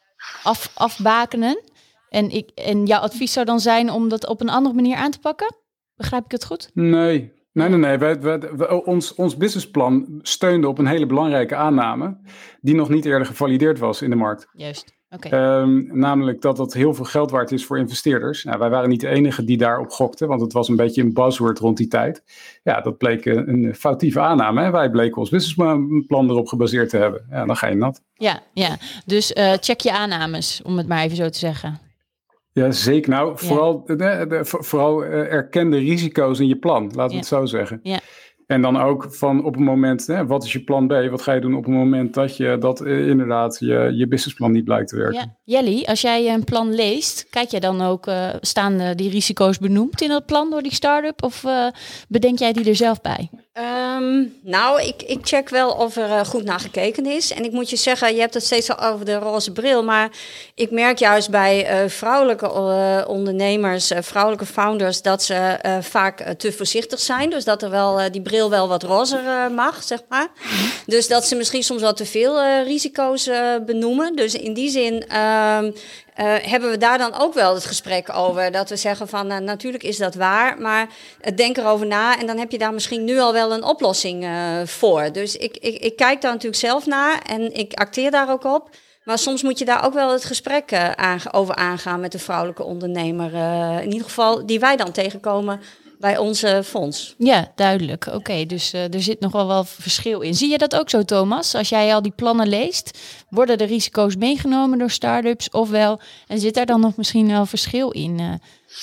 af, afbakenen. En, ik, en jouw advies zou dan zijn om dat op een andere manier aan te pakken? Begrijp ik het goed? Nee. Nee, nee, nee. Wij, wij, wij, ons, ons businessplan steunde op een hele belangrijke aanname die nog niet eerder gevalideerd was in de markt. Juist, oké. Okay. Um, namelijk dat dat heel veel geld waard is voor investeerders. Nou, wij waren niet de enige die daarop gokten, want het was een beetje een buzzword rond die tijd. Ja, dat bleek een, een foutieve aanname. Hè? Wij bleken ons businessplan erop gebaseerd te hebben. Ja, dan ga je nat. Ja, ja. Dus uh, check je aannames, om het maar even zo te zeggen. Ja, zeker. Nou, vooral, ja. de, de, vooral uh, erken de risico's in je plan, laten we ja. het zo zeggen. Ja. En dan ook van op het moment, hè, wat is je plan B? Wat ga je doen op het moment dat je dat uh, inderdaad je, je businessplan niet blijkt te werken? Ja. Jelly, als jij een plan leest, kijk jij dan ook, uh, staan uh, die risico's benoemd in dat plan door die start-up? Of uh, bedenk jij die er zelf bij? Um, nou, ik, ik check wel of er uh, goed naar gekeken is. En ik moet je zeggen, je hebt het steeds al over de roze bril. Maar ik merk juist bij uh, vrouwelijke uh, ondernemers, uh, vrouwelijke founders, dat ze uh, vaak uh, te voorzichtig zijn. Dus dat er wel uh, die bril wel wat rozer uh, mag, zeg maar. Mm-hmm. Dus dat ze misschien soms wel te veel uh, risico's uh, benoemen. Dus in die zin Uh, Uh, hebben we daar dan ook wel het gesprek over. Dat we zeggen van, uh, natuurlijk is dat waar, maar uh, denk erover na en dan heb je daar misschien nu al wel een oplossing uh, voor. Dus ik, ik, ik kijk daar natuurlijk zelf naar en ik acteer daar ook op. Maar soms moet je daar ook wel het gesprek uh, aange- over aangaan met de vrouwelijke ondernemer. Uh, in ieder geval die wij dan tegenkomen bij onze fonds. Ja, duidelijk. Oké, okay, dus uh, er zit nog wel wel verschil in. Zie je dat ook zo, Thomas? Als jij al die plannen leest, worden de risico's meegenomen door start-ups ofwel? En zit daar dan nog misschien wel verschil in? Uh,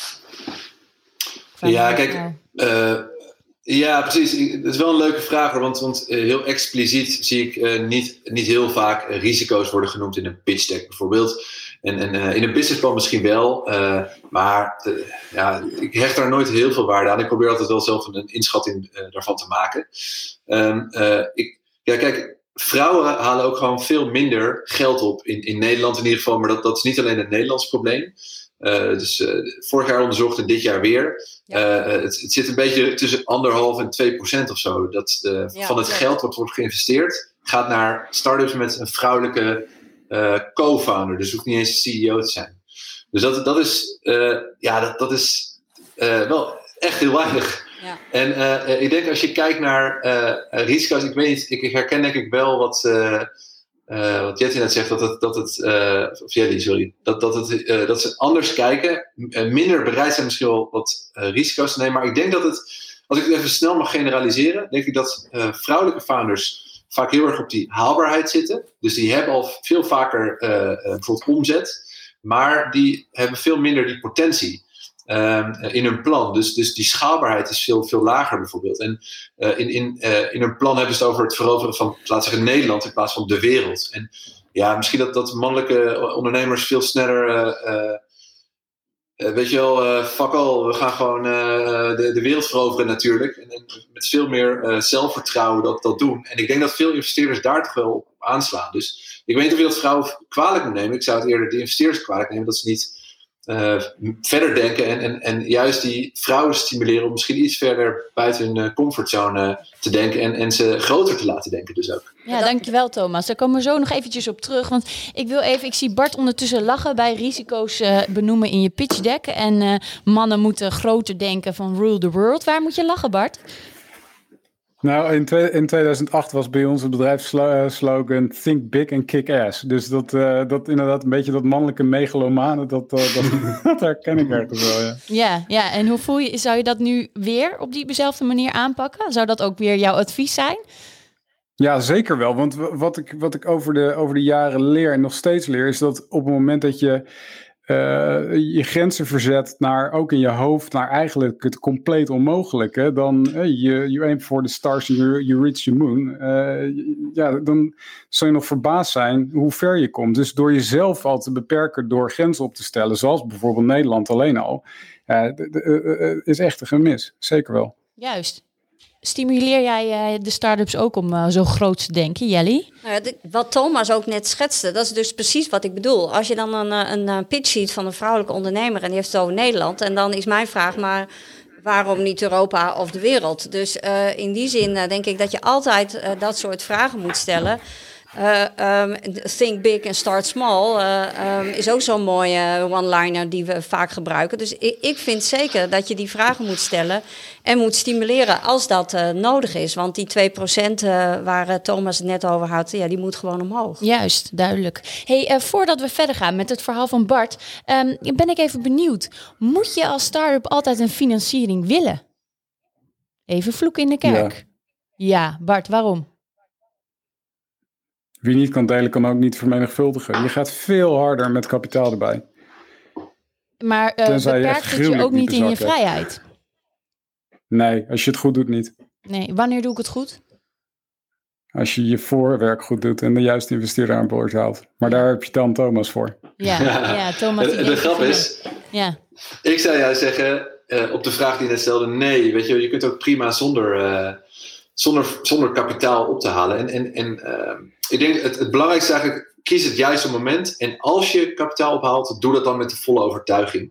ja, kijk, uh, ja, precies. Dat is wel een leuke vraag, hoor, want, want uh, heel expliciet zie ik uh, niet, niet heel vaak uh, risico's worden genoemd in een pitch deck bijvoorbeeld. En, en uh, in een businessplan misschien wel, uh, maar uh, ja, ik hecht daar nooit heel veel waarde aan. Ik probeer altijd wel zelf een inschatting uh, daarvan te maken. Um, uh, ik, ja, kijk, vrouwen halen ook gewoon veel minder geld op in, in Nederland in ieder geval, maar dat, dat is niet alleen een Nederlands probleem. Uh, dus uh, vorig jaar onderzocht en dit jaar weer. Ja. Uh, het, het zit een beetje tussen anderhalf en twee procent of zo. Dat uh, ja, van het klopt. Geld wat wordt geïnvesteerd gaat naar start-ups met een vrouwelijke Uh, co-founder, dus hoeft niet eens C E O te zijn. Dus dat, dat is, uh, ja, dat, dat is uh, wel echt heel weinig. Ja. En uh, ik denk als je kijkt naar uh, risico's, ik weet niet, ik herken denk ik wel wat, uh, uh, wat Jetty net zegt, dat het, dat het uh, of Jelly, sorry, dat, dat, het, uh, dat ze anders kijken, uh, minder bereid zijn misschien wel wat uh, risico's te nemen, maar ik denk dat het, als ik het even snel mag generaliseren, denk ik dat uh, vrouwelijke founders vaak heel erg op die haalbaarheid zitten. Dus die hebben al veel vaker uh, uh, bijvoorbeeld omzet, maar die hebben veel minder die potentie uh, in hun plan. Dus, dus die schaalbaarheid is veel, veel lager bijvoorbeeld. En uh, in, in, uh, in hun plan hebben ze het over het veroveren van, laten we zeggen, Nederland in plaats van de wereld. En ja, misschien dat, dat mannelijke ondernemers veel sneller Uh, uh, Uh, weet je wel, uh, fuck all, we gaan gewoon uh, de, de wereld veroveren natuurlijk. En, en met veel meer uh, zelfvertrouwen dat, dat doen. En ik denk dat veel investeerders daar toch wel op aanslaan. Dus ik weet niet of je dat vrouwen kwalijk moet nemen. Ik zou het eerder de investeerders kwalijk nemen dat ze niet uh, verder denken. En, en, en juist die vrouwen stimuleren om misschien iets verder buiten hun uh, comfortzone uh, te denken. En, en ze groter te laten denken dus ook. Ja, dankjewel Thomas. Daar komen we zo nog eventjes op terug. Want ik wil even, ik zie Bart ondertussen lachen bij risico's uh, benoemen in je pitch deck. En uh, mannen moeten groter denken van rule the world. Waar moet je lachen, Bart? Nou, in, twee, in tweeduizend acht was bij ons het bedrijfsslogan Think Big and Kick Ass. Dus dat, uh, dat inderdaad een beetje dat mannelijke megalomane, dat, uh, dat, dat herken ik ergens wel, ja. Ja, ja, en hoe voel je, zou je dat nu weer op diezelfde manier aanpakken? Zou dat ook weer jouw advies zijn? Ja, zeker wel. Want wat ik, wat ik over, de, over de jaren leer en nog steeds leer, is dat op het moment dat je uh, je grenzen verzet naar, ook in je hoofd, naar eigenlijk het compleet onmogelijke, dan uh, you, you aim for the stars and you, you reach the moon. Uh, ja, dan zal je nog verbaasd zijn hoe ver je komt. Dus door jezelf al te beperken door grenzen op te stellen, zoals bijvoorbeeld Nederland alleen al, uh, de, de, uh, is echt een gemis. Zeker wel. Juist. Stimuleer jij uh, de start-ups ook om uh, zo groot te denken, Jelly? Nou ja, dit, wat Thomas ook net schetste, dat is dus precies wat ik bedoel. Als je dan een, een, een pitch ziet van een vrouwelijke ondernemer en die heeft het over Nederland, en dan is mijn vraag maar, waarom niet Europa of de wereld? Dus uh, in die zin uh, denk ik dat je altijd uh, dat soort vragen moet stellen. Uh, um, think big and start small uh, um, is ook zo'n mooie one-liner die we vaak gebruiken. Dus ik, ik vind zeker dat je die vragen moet stellen en moet stimuleren als dat uh, nodig is. Want die twee procent uh, waar uh, Thomas het net over had, ja, die moet gewoon omhoog. Juist, duidelijk. Hey, uh, voordat we verder gaan met het verhaal van Bart, um, ben ik even benieuwd. Moet je als start-up altijd een financiering willen? Even vloek in de kerk. Ja, ja Bart, waarom? Wie niet kan delen, kan ook niet vermenigvuldigen. Je gaat veel harder met kapitaal erbij. Maar uh, beperkt het je ook niet in je vrijheid? Nee, als je het goed doet niet. Nee, wanneer doe ik het goed? Als je je voorwerk goed doet en de juiste investeerder aan boord haalt. Maar daar heb je dan Thomas voor. Ja, ja. ja Thomas. De, de grap is, ja. ik zou juist zeggen, uh, op de vraag die je net stelde, nee. Weet je, je kunt ook prima zonder... Uh, Zonder, zonder kapitaal op te halen. En, en, en uh, ik denk het, het belangrijkste is eigenlijk, kies het juiste moment. En als je kapitaal ophaalt, doe dat dan met de volle overtuiging.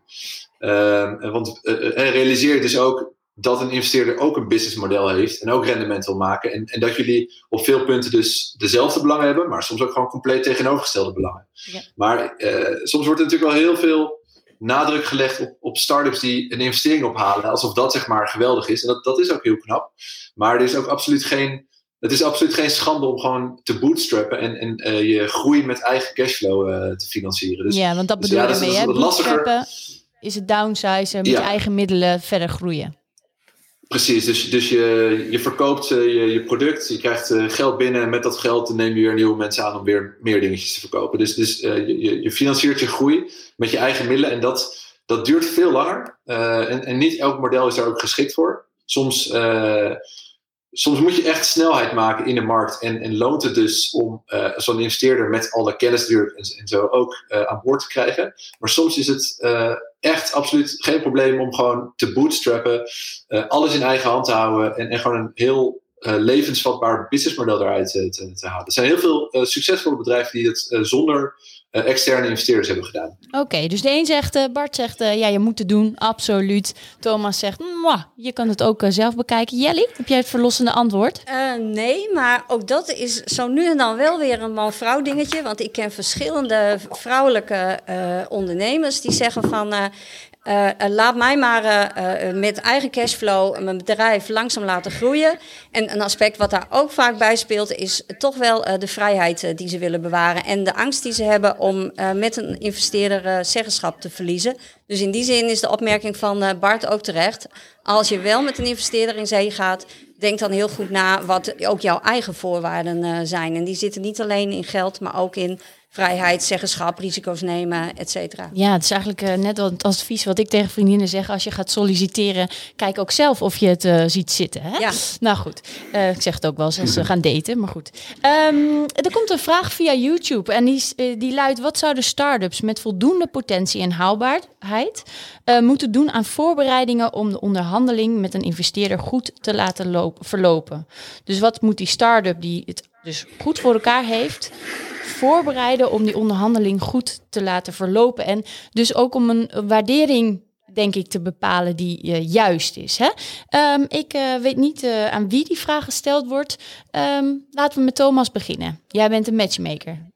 Uh, want uh, realiseer dus ook dat een investeerder ook een businessmodel heeft. En ook rendement wil maken. En, en dat jullie op veel punten dus dezelfde belangen hebben. Maar soms ook gewoon compleet tegenovergestelde belangen. Ja. Maar uh, soms wordt er natuurlijk wel heel veel nadruk gelegd op, op start-ups die een investering ophalen. Alsof dat zeg maar geweldig is. En dat, dat is ook heel knap. Maar er is ook absoluut geen, het is absoluut geen schande om gewoon te bootstrappen en, en uh, je groei met eigen cashflow uh, te financieren. Dus, ja, want dat bedoel dus, je ja, mee, hè? Bootstrappen lastiger. Is het downsizen, met ja. je eigen middelen verder groeien. Precies, dus, dus je, je verkoopt uh, je, je product, je krijgt uh, geld binnen en met dat geld neem je weer nieuwe mensen aan om weer meer dingetjes te verkopen. Dus, dus uh, je, je financiert je groei met je eigen middelen en dat, dat duurt veel langer. Uh, en, en niet elk model is daar ook geschikt voor. Soms... Uh, Soms moet je echt snelheid maken in de markt. En, en loont het dus om uh, zo'n investeerder met alle kennis en, en zo ook uh, aan boord te krijgen. Maar soms is het uh, echt absoluut geen probleem om gewoon te bootstrappen. Uh, alles in eigen hand te houden. En, en gewoon een heel uh, levensvatbaar businessmodel eruit uh, te, te halen. Er zijn heel veel uh, succesvolle bedrijven die het uh, zonder uh, externe investeerders hebben gedaan. Oké, okay, dus de een zegt, uh, Bart zegt, uh, ja, je moet het doen, absoluut. Thomas zegt, mwah, je kan het ook uh, zelf bekijken. Jelly, heb jij het verlossende antwoord? Uh, nee, maar ook dat is zo nu en dan wel weer een man-vrouw dingetje. Want ik ken verschillende vrouwelijke uh, ondernemers die zeggen van... Uh, Uh, uh, laat mij maar uh, uh, met eigen cashflow mijn bedrijf langzaam laten groeien. En een aspect wat daar ook vaak bij speelt is toch wel uh, de vrijheid uh, die ze willen bewaren. En de angst die ze hebben om uh, met een investeerder uh, zeggenschap te verliezen. Dus in die zin is de opmerking van uh, Bart ook terecht. Als je wel met een investeerder in zee gaat, denk dan heel goed na wat ook jouw eigen voorwaarden uh, zijn. En die zitten niet alleen in geld, maar ook in vrijheid, zeggenschap, risico's nemen, et cetera. Ja, het is eigenlijk uh, net als het advies wat ik tegen vriendinnen zeg. Als je gaat solliciteren, kijk ook zelf of je het uh, ziet zitten. Hè? Ja. Nou goed, uh, ik zeg het ook wel eens als ze gaan daten, maar goed. Um, er komt een vraag via YouTube en die, uh, die luidt... Wat zouden start-ups met voldoende potentie en haalbaarheid uh, moeten doen aan voorbereidingen om de onderhandeling met een investeerder goed te laten lopen, verlopen? Dus wat moet die start-up die het dus goed voor elkaar heeft voorbereiden om die onderhandeling goed te laten verlopen. En dus ook om een waardering, denk ik, te bepalen die uh, juist is. Hè? Um, ik uh, weet niet uh, aan wie die vraag gesteld wordt. Um, laten we met Thomas beginnen. Jij bent een matchmaker.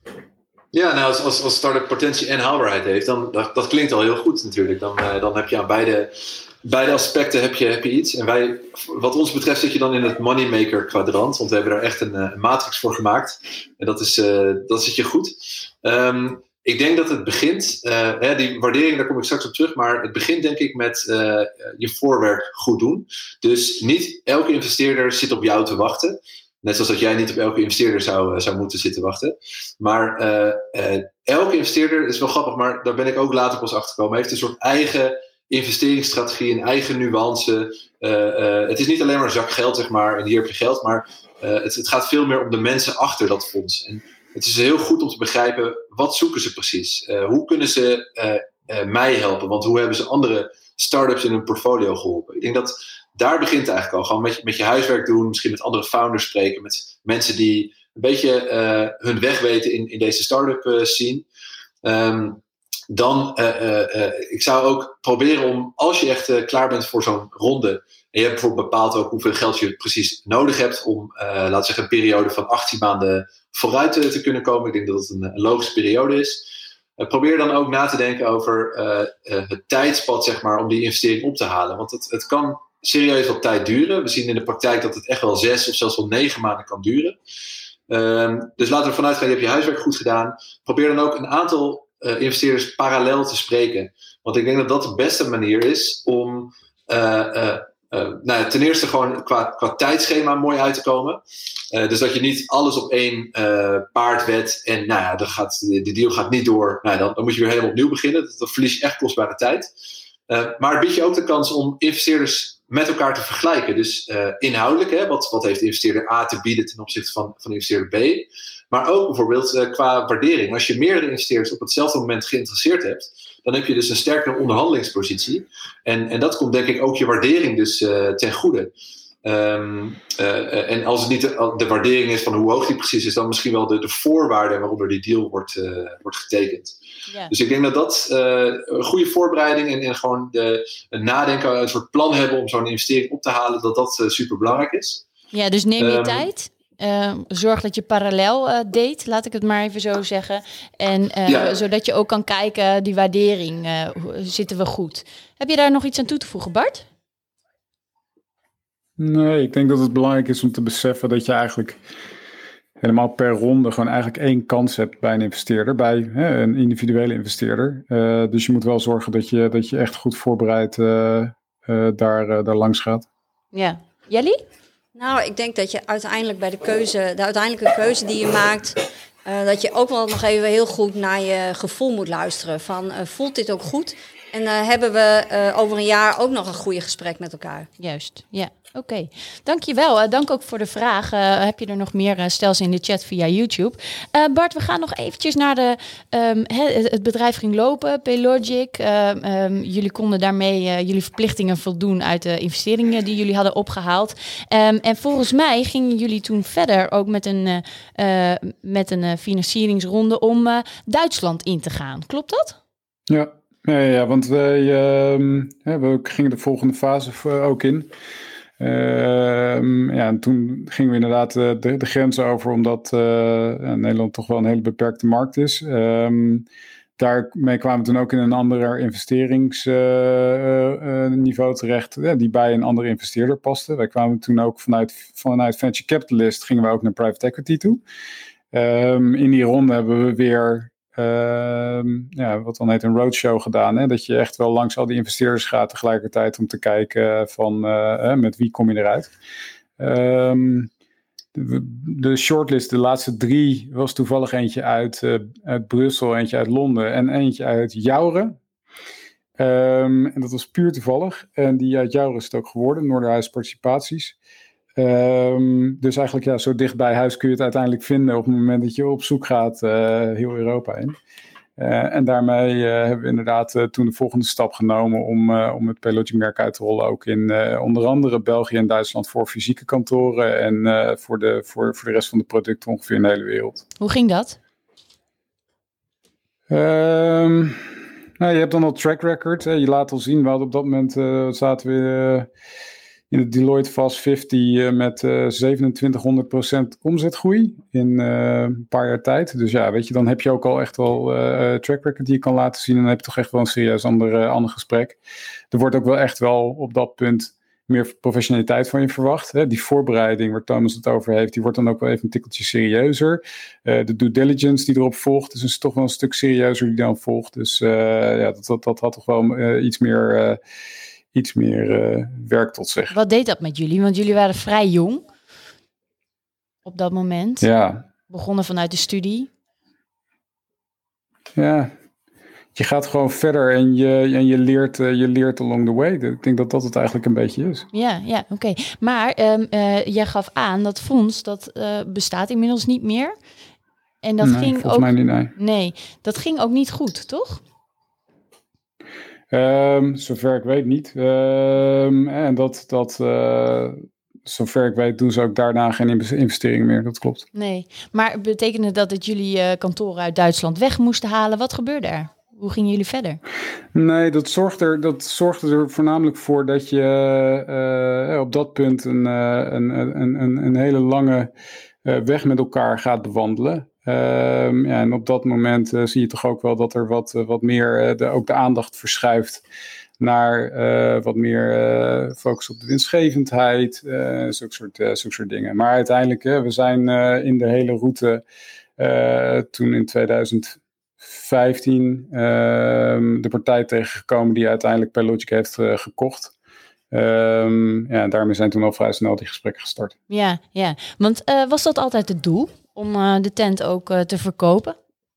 Ja, nou, als, als, als start-up potentie en haalbaarheid heeft, dan dat, dat klinkt al heel goed natuurlijk. Dan, uh, dan heb je aan beide... Beide aspecten heb je, heb je iets. En wij, wat ons betreft zit je dan in het moneymaker kwadrant. Want we hebben daar echt een, een matrix voor gemaakt. En dat, is, uh, dat zit je goed. Um, ik denk dat het begint, uh, hè, die waardering, daar kom ik straks op terug. Maar het begint denk ik met uh, je voorwerk goed doen. Dus niet elke investeerder zit op jou te wachten. Net zoals dat jij niet op elke investeerder zou, zou moeten zitten wachten. Maar uh, uh, elke investeerder, is wel grappig, maar daar ben ik ook later pas achter gekomen, heeft een soort eigen investeringsstrategie, een eigen nuance. Uh, uh, het is niet alleen maar een zak geld, zeg maar, en hier heb je geld, maar uh, het, het gaat veel meer om de mensen achter dat fonds. En het is heel goed om te begrijpen, wat zoeken ze precies? Uh, hoe kunnen ze uh, uh, mij helpen? Want hoe hebben ze andere start-ups in hun portfolio geholpen? Ik denk dat daar begint het eigenlijk al. Gewoon met, met je huiswerk doen, misschien met andere founders spreken, met mensen die een beetje uh, hun weg weten in, in deze start-up uh, scene. Um, dan, uh, uh, uh, ik zou ook proberen om, als je echt uh, klaar bent voor zo'n ronde, en je hebt bijvoorbeeld bepaald ook hoeveel geld je precies nodig hebt om, uh, laten we zeggen, een periode van achttien maanden vooruit te, te kunnen komen. Ik denk dat het een, een logische periode is. Uh, probeer dan ook na te denken over uh, uh, het tijdspad, zeg maar, om die investering op te halen. Want het, het kan serieus wat tijd duren. We zien in de praktijk dat het echt wel zes of zelfs wel negen maanden kan duren. Um, dus laten we ervan uitgaan, je hebt je huiswerk goed gedaan. Probeer dan ook een aantal Uh, investeerders parallel te spreken. Want ik denk dat dat de beste manier is om uh, uh, uh, nou, ten eerste gewoon qua, qua tijdschema mooi uit te komen. Uh, dus dat je niet alles op één uh, paard wet en nou ja, dan gaat, de deal gaat niet door. Nou, dan, dan moet je weer helemaal opnieuw beginnen. Dan, dan verlies je echt kostbare tijd. Uh, maar het biedt je ook de kans om investeerders met elkaar te vergelijken. Dus uh, inhoudelijk, hè, wat, wat heeft investeerder A te bieden ten opzichte van, van investeerder B. Maar ook bijvoorbeeld uh, qua waardering. Als je meerdere investeerders op hetzelfde moment geïnteresseerd hebt, dan heb je dus een sterkere onderhandelingspositie. En, en dat komt denk ik ook je waardering dus uh, ten goede. Um, uh, en als het niet de, de waardering is van hoe hoog die precies is, dan misschien wel de, de voorwaarden waaronder die deal wordt, uh, wordt getekend. Ja. Dus ik denk dat dat uh, een goede voorbereiding en, en gewoon de, een nadenken, een soort plan hebben om zo'n investering op te halen, dat dat uh, super belangrijk is. Ja, dus neem je um, tijd. Uh, zorg dat je parallel uh, date, laat ik het maar even zo zeggen. En uh, ja. zodat je ook kan kijken, die waardering, uh, zitten we goed. Heb je daar nog iets aan toe te voegen, Bart? Nee, ik denk dat het belangrijk is om te beseffen dat je eigenlijk helemaal per ronde gewoon eigenlijk één kans hebt bij een investeerder, bij hè, een individuele investeerder. Uh, dus je moet wel zorgen dat je, dat je echt goed voorbereid uh, uh, daar, uh, daar langs gaat. Ja. Jelly? Nou, ik denk dat je uiteindelijk bij de keuze, de uiteindelijke keuze die je maakt, uh, dat je ook wel nog even heel goed naar je gevoel moet luisteren. Van, uh, voelt dit ook goed? En uh, hebben we uh, over een jaar ook nog een goede gesprek met elkaar? Juist, ja. Oké, okay. Dankjewel. Uh, dank ook voor de vraag. Uh, heb je er nog meer? Uh, stel ze in de chat via YouTube. Uh, Bart, we gaan nog eventjes naar de... Um, he, het bedrijf ging lopen, Paylogic. Uh, um, jullie konden daarmee uh, jullie verplichtingen voldoen uit de investeringen die jullie hadden opgehaald. Um, en volgens mij gingen jullie toen verder ook met een, uh, uh, met een uh, financieringsronde om uh, Duitsland in te gaan. Klopt dat? Ja, ja, ja want wij, uh, we gingen de volgende fase uh, ook in. Uh, ja, en toen gingen we inderdaad uh, de, de grenzen over, omdat uh, ja, Nederland toch wel een hele beperkte markt is. Um, daarmee kwamen we toen ook in een ander investeringsniveau uh, uh, terecht, ja, die bij een andere investeerder paste. Wij kwamen toen ook vanuit, vanuit Venture Capitalist, gingen we ook naar private equity toe. Um, in die ronde hebben we weer... Uh, ja, wat dan heet een roadshow gedaan. Hè? Dat je echt wel langs al die investeerders gaat tegelijkertijd om te kijken van uh, uh, met wie kom je eruit. Um, de, de shortlist, de laatste drie, was toevallig eentje uit, uh, uit Brussel, eentje uit Londen en eentje uit Jouren. Um, en dat was puur toevallig. En die uit Jouren is het ook geworden, Noorderhuis Participaties. Um, dus eigenlijk ja, zo dicht bij huis kun je het uiteindelijk vinden op het moment dat je op zoek gaat uh, heel Europa in. Uh, en daarmee uh, hebben we inderdaad uh, toen de volgende stap genomen om, uh, om het Paylogic-merk uit te rollen. Ook in uh, onder andere België en Duitsland voor fysieke kantoren en uh, voor, de, voor, voor de rest van de producten ongeveer in de hele wereld. Hoe ging dat? Um, nou, je hebt dan al track record. Hè. Je laat al zien, we hadden op dat moment uh, zaten we... Uh, in de Deloitte Fast vijftig uh, met uh, zevenentwintighonderd procent omzetgroei in uh, een paar jaar tijd. Dus ja, weet je, dan heb je ook al echt wel uh, track record die je kan laten zien. En dan heb je toch echt wel een serieus ander, uh, ander gesprek. Er wordt ook wel echt wel op dat punt meer professionaliteit van je verwacht. Hè? Die voorbereiding waar Thomas het over heeft, die wordt dan ook wel even een tikkeltje serieuzer. Uh, de due diligence die erop volgt, is dus toch wel een stuk serieuzer die dan volgt. Dus uh, ja, dat, dat, dat had toch wel uh, iets meer... Uh, iets meer uh, werk tot zich. Wat deed dat met jullie? Want jullie waren vrij jong. op dat moment. Ja. Begonnen vanuit de studie. Ja, je gaat gewoon verder en je, en je, leert, uh, je leert along the way. Ik denk dat dat het eigenlijk een beetje is. Ja, ja, oké. Okay. Maar um, uh, jij gaf aan dat fonds, dat uh, bestaat inmiddels niet meer. En dat nee, ging volgens ook... mij niet, nee. Nee, dat ging ook niet goed, toch? Um, zover ik weet niet. Um, en dat... dat uh, Zover ik weet doen ze ook daarna geen investering meer, dat klopt. Nee, maar betekende dat dat jullie uh, kantoren uit Duitsland weg moesten halen? Wat gebeurde er? Hoe gingen jullie verder? Nee, dat zorgde er, dat zorgde er voornamelijk voor dat je uh, op dat punt een, uh, een, een, een, een hele lange uh, weg met elkaar gaat bewandelen. Uh, ja, en op dat moment uh, zie je toch ook wel dat er wat, uh, wat meer uh, de, ook de aandacht verschuift naar uh, wat meer uh, focus op de winstgevendheid, uh, zulke soort, uh, zulke soort dingen. Maar uiteindelijk, uh, we zijn uh, in de hele route uh, toen in twintig vijftien uh, de partij tegengekomen die uiteindelijk Paylogic heeft uh, gekocht. Um, ja, en daarmee zijn toen al vrij snel die gesprekken gestart. Ja, ja. Want uh, was dat altijd het doel om uh, de tent ook uh, te verkopen?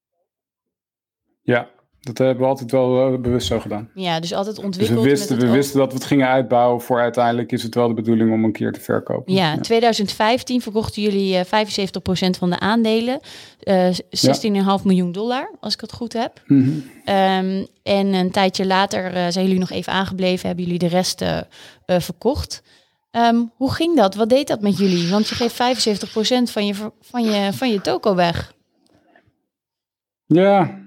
Ja. Dat hebben we altijd wel uh, bewust zo gedaan. Ja, dus altijd ontwikkeld. Dus we wisten, met het we wisten dat we het gingen uitbouwen. Voor uiteindelijk is het wel de bedoeling om een keer te verkopen. Ja, in ja. twintig vijftien verkochten jullie uh, vijfenzeventig procent van de aandelen. Uh, zestien komma vijf ja. miljoen dollar, als ik het goed heb. Mm-hmm. Um, en een tijdje later uh, zijn jullie nog even aangebleven. Hebben jullie de rest uh, uh, verkocht. Um, hoe ging dat? Wat deed dat met jullie? Want je geeft vijfenzeventig procent van je, van je, van je toko weg. Ja...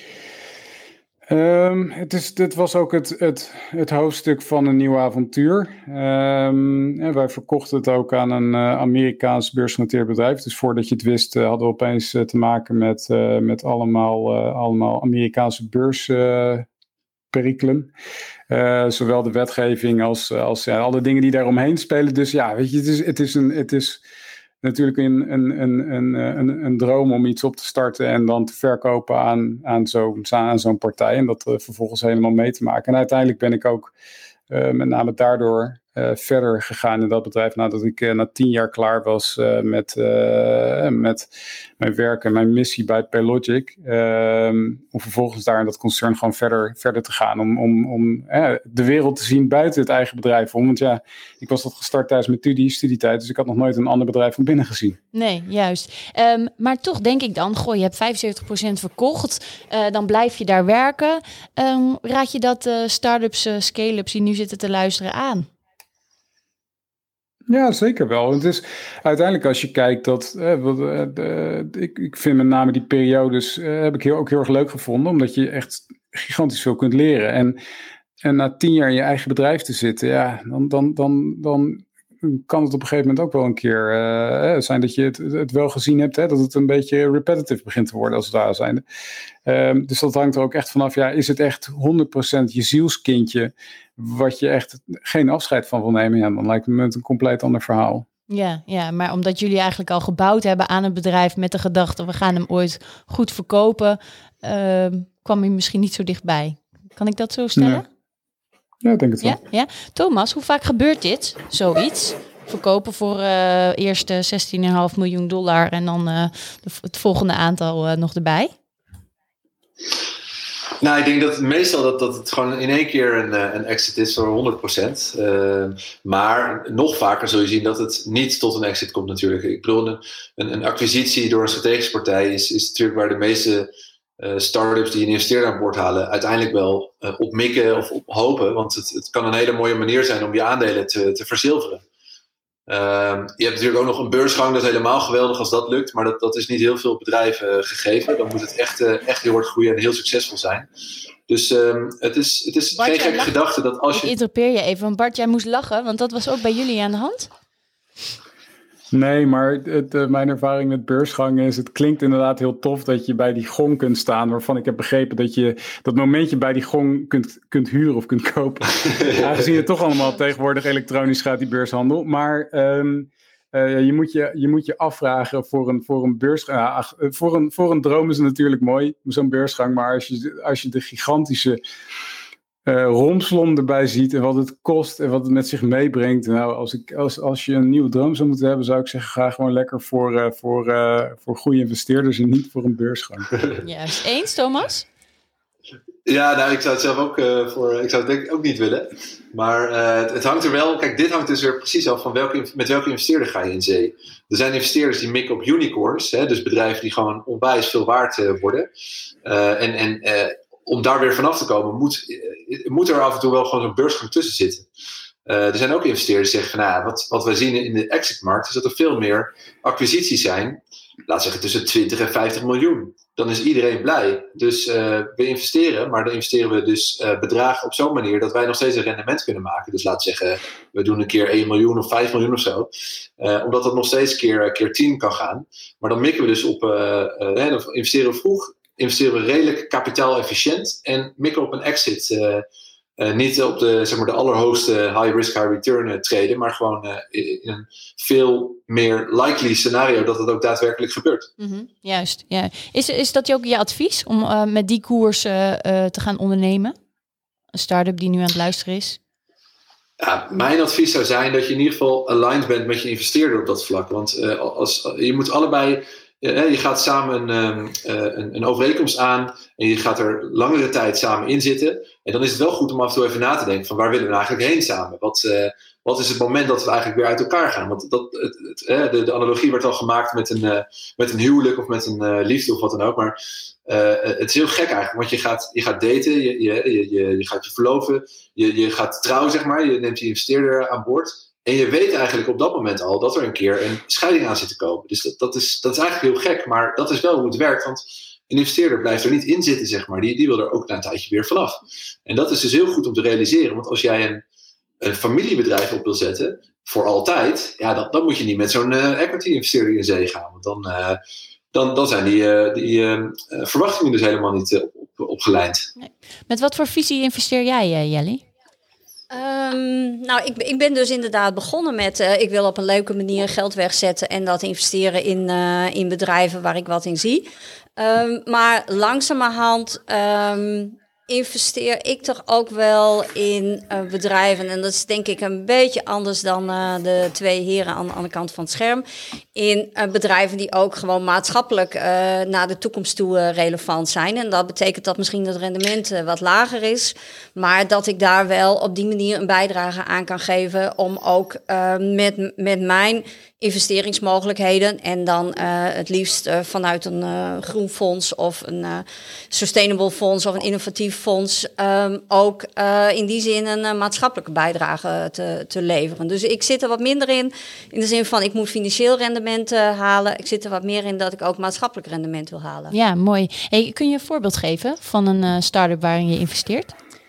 Um, het is, dit was ook het, het, het hoofdstuk van een nieuw avontuur. Um, en wij verkochten het ook aan een uh, Amerikaans beursgenoteerd bedrijf. Dus voordat je het wist uh, hadden we opeens uh, te maken met, uh, met allemaal, uh, allemaal Amerikaanse beursperikelen. Uh, zowel de wetgeving als, als ja, alle dingen die daaromheen spelen. Dus ja, weet je, het is, het is een... Het is, natuurlijk een, een, een, een, een, een droom om iets op te starten en dan te verkopen aan, aan, zo, aan zo'n partij en dat uh, vervolgens helemaal mee te maken. En uiteindelijk ben ik ook uh, met name daardoor uh, verder gegaan in dat bedrijf nadat ik uh, na tien jaar klaar was uh, met, uh, met mijn werk en mijn missie bij Paylogic. Uh, om vervolgens daar in dat concern gewoon verder, verder te gaan om, om, om uh, de wereld te zien buiten het eigen bedrijf om. Want ja, ik was dat gestart tijdens mijn studie, studietijd, dus ik had nog nooit een ander bedrijf van binnen gezien. Nee, juist. Um, maar toch denk ik dan, goh, je hebt vijfenzeventig procent verkocht, uh, dan blijf je daar werken. Um, raad je dat uh, start-ups, uh, scale-ups die nu zitten te luisteren aan? Ja, zeker wel. Het is uiteindelijk als je kijkt dat eh, uh, uh, ik, ik vind met name die periodes uh, heb ik heel, ook heel erg leuk gevonden, omdat je echt gigantisch veel kunt leren. En, en na tien jaar in je eigen bedrijf te zitten, ja, dan, dan, dan, dan kan het op een gegeven moment ook wel een keer uh, zijn dat je het, het wel gezien hebt, hè, dat het een beetje repetitive begint te worden als het daar zijnde. Um, dus dat hangt er ook echt vanaf, ja, is het echt honderd procent je zielskindje wat je echt geen afscheid van wil nemen, ja, dan lijkt me het een compleet ander verhaal. Ja, ja, maar omdat jullie eigenlijk al gebouwd hebben aan het bedrijf met de gedachte, we gaan hem ooit goed verkopen, uh, kwam je misschien niet zo dichtbij. Kan ik dat zo stellen? Nee. Ja, ik denk het wel. Ja, ja. Thomas, hoe vaak gebeurt dit, zoiets? Verkopen voor uh, eerst uh, zestien komma vijf miljoen dollar en dan uh, de, het volgende aantal uh, nog erbij? Nou, ik denk dat meestal dat, dat het gewoon in één keer een, een exit is voor honderd procent. Uh, maar nog vaker zul je zien dat het niet tot een exit komt natuurlijk. Ik bedoel, een, een, een acquisitie door een strategische partij is, is natuurlijk waar de meeste uh, start-ups die een investeerder aan boord halen uiteindelijk wel uh, op mikken of op hopen. Want het, het kan een hele mooie manier zijn om je aandelen te, te verzilveren. Uh, je hebt natuurlijk ook nog een beursgang, dat is helemaal geweldig als dat lukt, maar dat, dat is niet heel veel bedrijven uh, gegeven. Dan moet het echt, uh, echt heel erg groeien en heel succesvol zijn. Dus um, het is, het is Bart, geen gekke gedachte dat als je... Ik interrupeer je even, want Bart, jij moest lachen, want dat was ook bij jullie aan de hand. Nee, maar het, uh, mijn ervaring met beursgang is, het klinkt inderdaad heel tof dat je bij die gong kunt staan, waarvan ik heb begrepen dat je dat momentje bij die gong kunt, kunt huren of kunt kopen. Ja. Aangezien het toch allemaal tegenwoordig elektronisch gaat, die beurshandel. Maar um, uh, je, moet je, je moet je afvragen voor een, voor een beursgang. Uh, ach, voor, een, voor een droom is het natuurlijk mooi, zo'n beursgang, maar als je, als je de gigantische uh, romslom erbij ziet en wat het kost en wat het met zich meebrengt. Nou, als, ik, als, als je een nieuwe droom zou moeten hebben, zou ik zeggen, ga gewoon lekker voor, uh, voor, uh, voor goede investeerders en niet voor een beursgang. Juist. Eens, Thomas? Ja, nou, ik zou het zelf ook uh, voor. Ik zou het denk ik ook niet willen. Maar uh, het, het hangt er wel. Kijk, dit hangt dus er precies af van welke, met welke investeerder ga je in zee. Er zijn investeerders die mikken op unicorns, hè, dus bedrijven die gewoon onwijs veel waard uh, worden. Uh, en en uh, om daar weer vanaf te komen, moet, uh, moet er af en toe wel gewoon zo'n beursgang tussen zitten. Uh, er zijn ook investeerders die zeggen van, nou, wat, wat wij zien in de exitmarkt is dat er veel meer acquisities zijn. Laat zeggen tussen twintig en vijftig miljoen. Dan is iedereen blij. Dus uh, we investeren, maar dan investeren we dus uh, bedragen op zo'n manier dat wij nog steeds een rendement kunnen maken. Dus laat zeggen, we doen een keer één miljoen of vijf miljoen of zo. Uh, omdat dat nog steeds keer, keer tien kan gaan. Maar dan mikken we dus op, uh, uh, dan investeren we vroeg, investeren we redelijk kapitaal-efficiënt en mikken op een exit. Uh, Uh, niet op de, zeg maar, de allerhoogste high risk, high return uh, treden, maar gewoon uh, in een veel meer likely scenario dat het ook daadwerkelijk gebeurt. Mm-hmm. Juist, ja. Is, is dat ook je advies om uh, met die koers uh, uh, te gaan ondernemen? Een start-up die nu aan het luisteren is? Ja, mijn advies zou zijn dat je in ieder geval aligned bent met je investeerder op dat vlak. Want uh, als, je moet allebei... Je gaat samen een, een, een overeenkomst aan en je gaat er langere tijd samen in zitten. En dan is het wel goed om af en toe even na te denken van waar willen we nou eigenlijk heen samen? Wat, uh, wat is het moment dat we eigenlijk weer uit elkaar gaan? Want dat, het, het, de, de analogie werd al gemaakt met een, uh, met een huwelijk of met een uh, liefde of wat dan ook. Maar uh, het is heel gek eigenlijk, want je gaat, je gaat daten, je, je, je, je gaat je verloven, je, je gaat trouwen, zeg maar. Je neemt je investeerder aan boord. En je weet eigenlijk op dat moment al dat er een keer een scheiding aan zit te komen. Dus dat, dat, is, dat is eigenlijk heel gek, maar dat is wel hoe het werkt. Want een investeerder blijft er niet in zitten, zeg maar. Die, die wil er ook na een tijdje weer vanaf. En dat is dus heel goed om te realiseren. Want als jij een, een familiebedrijf op wil zetten, voor altijd, ja, dan, dan moet je niet met zo'n uh, equity-investeerder in zee gaan. Want dan, uh, dan, dan zijn die, uh, die uh, verwachtingen dus helemaal niet uh, op, opgelijnd. Nee. Met wat voor visie investeer jij, uh, Jelly? Um, nou, ik, ik ben dus inderdaad begonnen met... Uh, ik wil op een leuke manier geld wegzetten en dat investeren in, uh, in bedrijven waar ik wat in zie. Um, maar langzamerhand um, investeer ik toch ook wel in uh, bedrijven. En dat is denk ik een beetje anders dan uh, de twee heren aan de andere kant van het scherm. In uh, bedrijven die ook gewoon maatschappelijk uh, naar de toekomst toe uh, relevant zijn. En dat betekent dat misschien het rendement uh, wat lager is. Maar dat ik daar wel op die manier een bijdrage aan kan geven om ook uh, met, met mijn investeringsmogelijkheden en dan uh, het liefst uh, vanuit een uh, groen fonds of een uh, sustainable fonds of een innovatief fonds um, ook uh, in die zin een uh, maatschappelijke bijdrage te, te leveren. Dus ik zit er wat minder in, in de zin van ik moet financieel rendement uh, halen. Ik zit er wat meer in dat ik ook maatschappelijk rendement wil halen. Ja, mooi. Hey, kun je een voorbeeld geven van een uh, start-up waarin je investeert?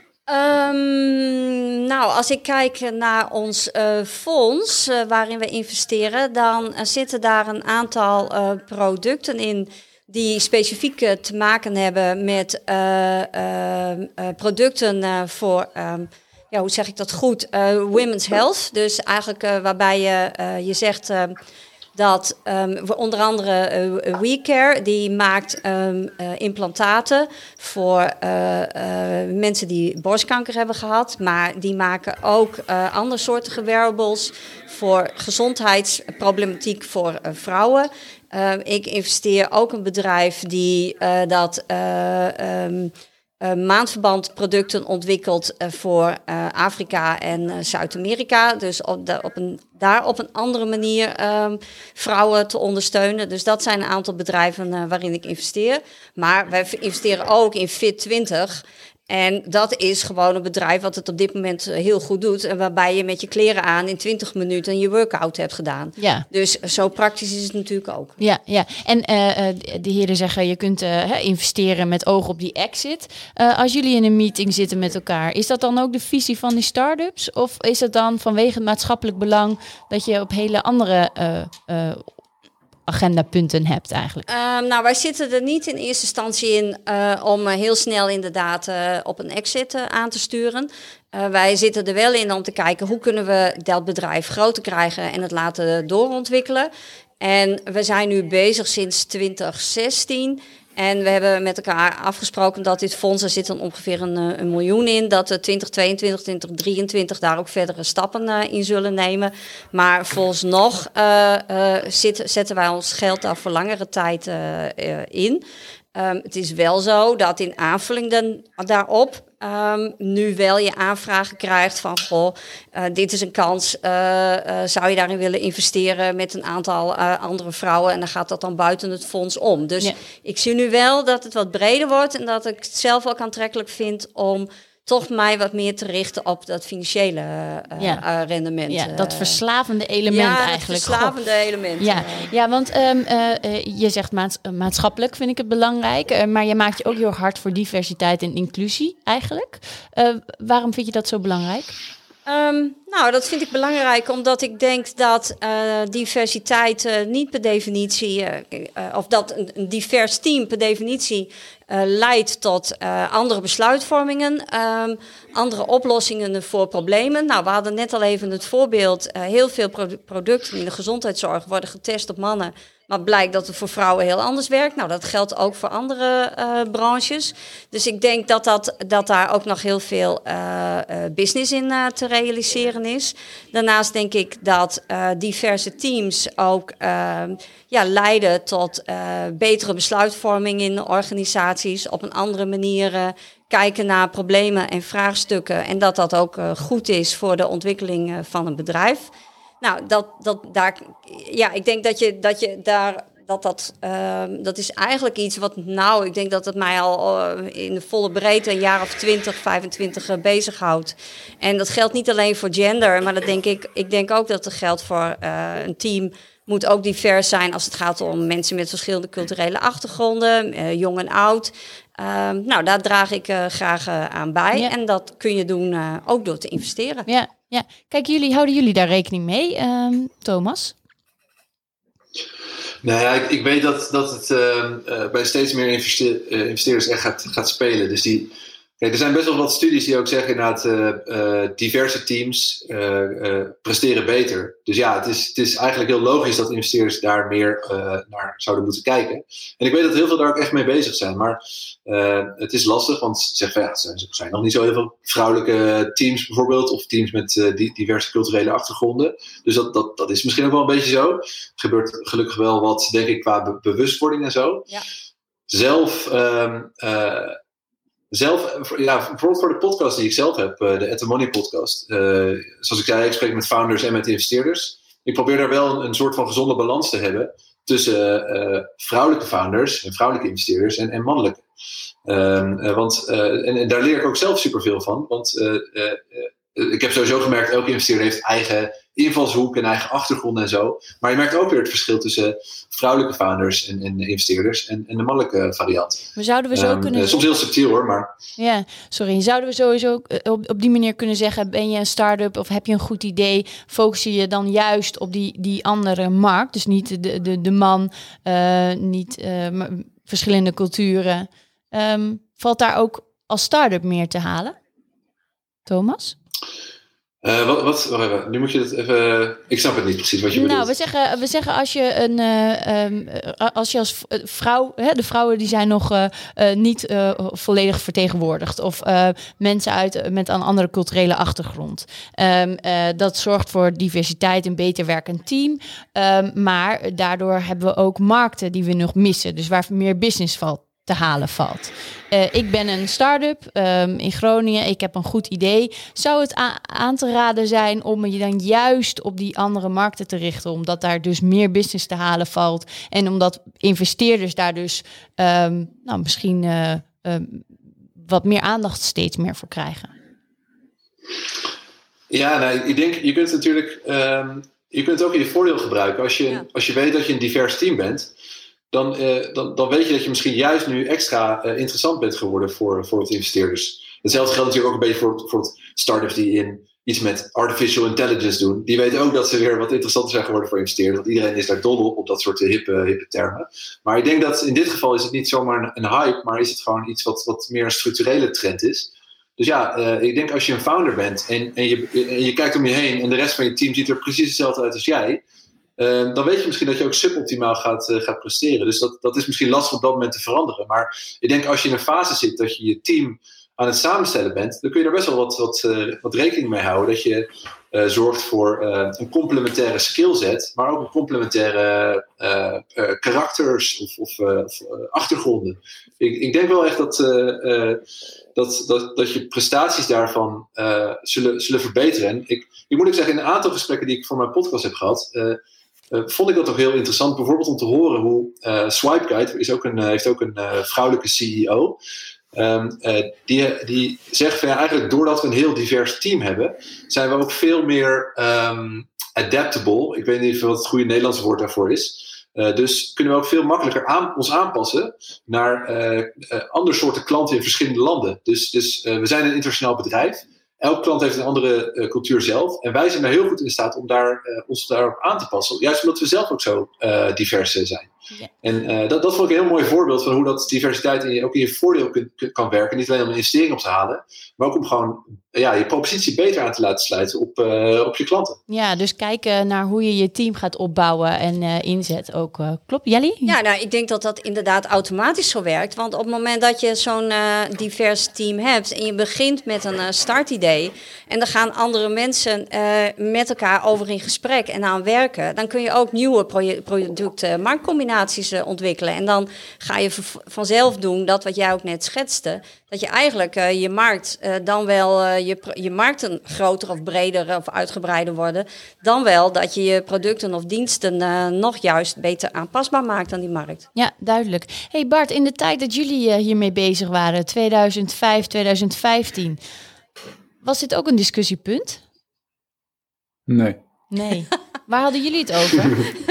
Um, nou, als ik kijk naar ons uh, fonds uh, waarin we investeren, dan uh, zitten daar een aantal uh, producten in die specifiek uh, te maken hebben met uh, uh, uh, producten uh, voor, um, ja, hoe zeg ik dat goed, uh, women's health. Dus eigenlijk uh, waarbij je, uh, je zegt... Uh, dat um, onder andere uh, WeCare, die maakt um, uh, implantaten voor uh, uh, mensen die borstkanker hebben gehad. Maar die maken ook uh, andere soorten wearables voor gezondheidsproblematiek voor uh, vrouwen. Uh, ik investeer ook in een bedrijf die uh, dat... Uh, um, Uh, maandverbandproducten ontwikkeld uh, voor uh, Afrika en uh, Zuid-Amerika. Dus op de, op een, daar op een andere manier um, vrouwen te ondersteunen. Dus dat zijn een aantal bedrijven uh, waarin ik investeer. Maar wij investeren ook in Fit twintig. En dat is gewoon een bedrijf wat het op dit moment heel goed doet. En waarbij je met je kleren aan in twintig minuten je workout hebt gedaan. Ja. Dus zo praktisch is het natuurlijk ook. Ja, ja. En uh, de heren zeggen je kunt uh, investeren met oog op die exit. Uh, als jullie in een meeting zitten met elkaar, is dat dan ook de visie van die start-ups? Of is het dan vanwege het maatschappelijk belang dat je op hele andere... Uh, uh, agendapunten hebt eigenlijk? Uh, nou, wij zitten er niet in eerste instantie in uh, om uh, heel snel inderdaad uh, op een exit uh, aan te sturen. Uh, wij zitten er wel in om te kijken hoe kunnen we dat bedrijf groter krijgen en het laten doorontwikkelen. En we zijn nu bezig sinds twintig zestien. En we hebben met elkaar afgesproken dat dit fonds, er zit dan ongeveer een, een miljoen in, dat we twintig tweeëntwintig, twintig drieëntwintig daar ook verdere stappen uh, in zullen nemen. Maar vooralsnog uh, uh, zit, zetten wij ons geld daar voor langere tijd uh, uh, in. Um, het is wel zo dat in aanvulling dan, daarop um, nu wel je aanvragen krijgt van, goh, uh, dit is een kans, uh, uh, zou je daarin willen investeren met een aantal uh, andere vrouwen en dan gaat dat dan buiten het fonds om. Dus ja. ik zie nu wel dat het wat breder wordt en dat ik het zelf ook aantrekkelijk vind om toch mij wat meer te richten op dat financiële uh, ja. uh, rendement. Ja, dat verslavende element ja, eigenlijk. Ja, dat verslavende Goh. element. Ja, ja want um, uh, uh, je zegt maats- maatschappelijk vind ik het belangrijk, uh, maar je maakt je ook heel erg hard voor diversiteit en inclusie eigenlijk. Uh, waarom vind je dat zo belangrijk? Um, nou, dat vind ik belangrijk omdat ik denk dat uh, diversiteit uh, niet per definitie, uh, uh, of dat een, een divers team per definitie uh, leidt tot uh, andere besluitvormingen, um, andere oplossingen voor problemen. Nou, we hadden net al even het voorbeeld, uh, heel veel pro- producten in de gezondheidszorg worden getest op mannen. Maar blijkt dat het voor vrouwen heel anders werkt. Nou, dat geldt ook voor andere uh, branches. Dus ik denk dat, dat, dat daar ook nog heel veel uh, uh, business in uh, te realiseren is. Daarnaast denk ik dat uh, diverse teams ook uh, ja, leiden tot uh, betere besluitvorming in organisaties. Op een andere manier uh, kijken naar problemen en vraagstukken. En dat dat ook uh, goed is voor de ontwikkeling uh, van een bedrijf. Nou, dat, dat, daar, ja, ik denk dat je, dat je daar, dat dat, uh, dat is eigenlijk iets wat, nou, ik denk dat het mij al uh, in de volle breedte een jaar of twintig, vijfentwintig uh, bezighoudt. En dat geldt niet alleen voor gender, maar dat denk ik, ik denk ook dat het geldt voor uh, een team. Moet ook divers zijn als het gaat om mensen met verschillende culturele achtergronden, uh, jong en oud. Uh, nou, daar draag ik uh, graag uh, aan bij. Ja. En dat kun je doen uh, ook door te investeren. Ja, ja. Kijk, jullie, houden jullie daar rekening mee, um, Thomas? Nou ja, ik, ik weet dat, dat het uh, uh, bij steeds meer investeer, uh, investeerders echt gaat, gaat spelen. Dus die, kijk, er zijn best wel wat studies die ook zeggen inderdaad, uh, uh, diverse teams uh, uh, presteren beter. Dus ja, het is, het is eigenlijk heel logisch dat investeerders daar meer uh, naar zouden moeten kijken. En ik weet dat heel veel daar ook echt mee bezig zijn. Maar uh, het is lastig, want ze zeggen, ja, er zijn nog niet zo heel veel vrouwelijke teams bijvoorbeeld. Of teams met uh, die diverse culturele achtergronden. Dus dat, dat, dat is misschien ook wel een beetje zo. Er gebeurt gelukkig wel wat, denk ik, qua be- bewustwording en zo. Ja. Zelf... Um, uh, Zelf, ja, bijvoorbeeld voor de podcast die ik zelf heb, de At The Money podcast. Uh, zoals ik zei, ik spreek met founders en met investeerders. Ik probeer daar wel een, een soort van gezonde balans te hebben tussen uh, vrouwelijke founders en vrouwelijke investeerders en, en mannelijke. Um, uh, want, uh, en, en daar leer ik ook zelf superveel van. Want uh, uh, uh, ik heb sowieso gemerkt, elke investeerder heeft eigen invalshoek en eigen achtergrond en zo. Maar je merkt ook weer het verschil tussen vrouwelijke founders en, en investeerders en, en de mannelijke variant. Maar zouden we zo um, kunnen... Uh, soms heel subtiel hoor, maar... Ja, sorry. Zouden we sowieso op, op die manier kunnen zeggen, ben je een start-up of heb je een goed idee, focus je dan juist op die, die andere markt? Dus niet de, de, de man, uh, niet uh, verschillende culturen. Um, valt daar ook als start-up meer te halen? Thomas? Uh, wat, wat, wacht even, nu moet je het even... Ik snap het niet precies wat je bedoelt. Nou, we zeggen, we zeggen als je een, uh, um, als je als vrouw, hè, de vrouwen die zijn nog uh, uh, niet uh, volledig vertegenwoordigd, of uh, mensen uit uh, met een andere culturele achtergrond. Um, uh, dat zorgt voor diversiteit, een beter werkend team. Um, maar daardoor hebben we ook markten die we nog missen, dus waar meer business valt. te halen valt. Uh, ik ben een start-up um, in Groningen. Ik heb een goed idee. Zou het a- aan te raden zijn om je dan juist op die andere markten te richten, omdat daar dus meer business te halen valt en omdat investeerders daar dus um, nou, misschien uh, um, wat meer aandacht steeds meer voor krijgen? Ja, nou, ik denk, je kunt natuurlijk um, je kunt ook in je voordeel gebruiken. Als je, ja. als je weet dat je een divers team bent, Dan, uh, dan, dan weet je dat je misschien juist nu extra uh, interessant bent geworden voor, voor het investeerders. Hetzelfde geldt natuurlijk ook een beetje voor, voor start-ups die in iets met artificial intelligence doen. Die weten ook dat ze weer wat interessanter zijn geworden voor investeerders. Want iedereen is daar dol op, op dat soort hippe, hippe termen. Maar ik denk dat in dit geval is het niet zomaar een, een hype, maar is het gewoon iets wat, wat meer een structurele trend is. Dus ja, uh, ik denk als je een founder bent en, en, je, en je kijkt om je heen en de rest van je team ziet er precies hetzelfde uit als jij. Uh, dan weet je misschien dat je ook suboptimaal gaat, uh, gaat presteren. Dus dat, dat is misschien lastig op dat moment te veranderen. Maar ik denk als je in een fase zit dat je je team aan het samenstellen bent, dan kun je daar best wel wat, wat, uh, wat rekening mee houden. Dat je uh, zorgt voor uh, een complementaire skillset, maar ook een complementaire uh, uh, karakters of, of, uh, of uh, achtergronden. Ik, ik denk wel echt dat, uh, uh, dat, dat, dat je prestaties daarvan uh, zullen, zullen verbeteren. En ik, ik moet ook zeggen, in een aantal gesprekken die ik voor mijn podcast heb gehad, Uh, Uh, vond ik dat toch heel interessant. Bijvoorbeeld om te horen hoe uh, Swipeguide is ook een, uh, heeft ook een uh, vrouwelijke C E O. Um, uh, die, die zegt van ja, eigenlijk doordat we een heel divers team hebben, zijn we ook veel meer um, adaptable. Ik weet niet wat het goede Nederlandse woord daarvoor is. Uh, dus kunnen we ook veel makkelijker aan, ons aanpassen naar uh, uh, andere soorten klanten in verschillende landen. Dus, dus uh, we zijn een internationaal bedrijf. Elk klant heeft een andere uh, cultuur zelf. En wij zijn er heel goed in staat om daar, uh, ons daarop aan te passen. Juist omdat we zelf ook zo uh, divers uh, zijn. Ja. En uh, dat, dat vond ik een heel mooi voorbeeld van hoe dat diversiteit in je, ook in je voordeel kun, kun, kan werken. Niet alleen om een investering op te halen, maar ook om gewoon ja, je propositie beter aan te laten sluiten op, uh, op je klanten. Ja, dus kijken naar hoe je je team gaat opbouwen en uh, inzet ook. Uh, klopt, Jelly? Ja, nou, ik denk dat dat inderdaad automatisch zo werkt. Want op het moment dat je zo'n uh, divers team hebt en je begint met een uh, startidee en dan gaan andere mensen uh, met elkaar over in gesprek en aan werken, dan kun je ook nieuwe proje- producten, marktcombinaties uh, ontwikkelen. En dan ga je v- vanzelf doen dat wat jij ook net schetste, dat je eigenlijk uh, je markt uh, dan wel uh, je, je markten groter of breder of uitgebreider worden, dan wel dat je je producten of diensten uh, nog juist beter aanpasbaar maakt aan die markt. Ja, duidelijk. Hey Bart, in de tijd dat jullie uh, hiermee bezig waren, tweeduizend vijf, tweeduizend vijftien, was dit ook een discussiepunt? Nee. Nee. Waar hadden jullie het over?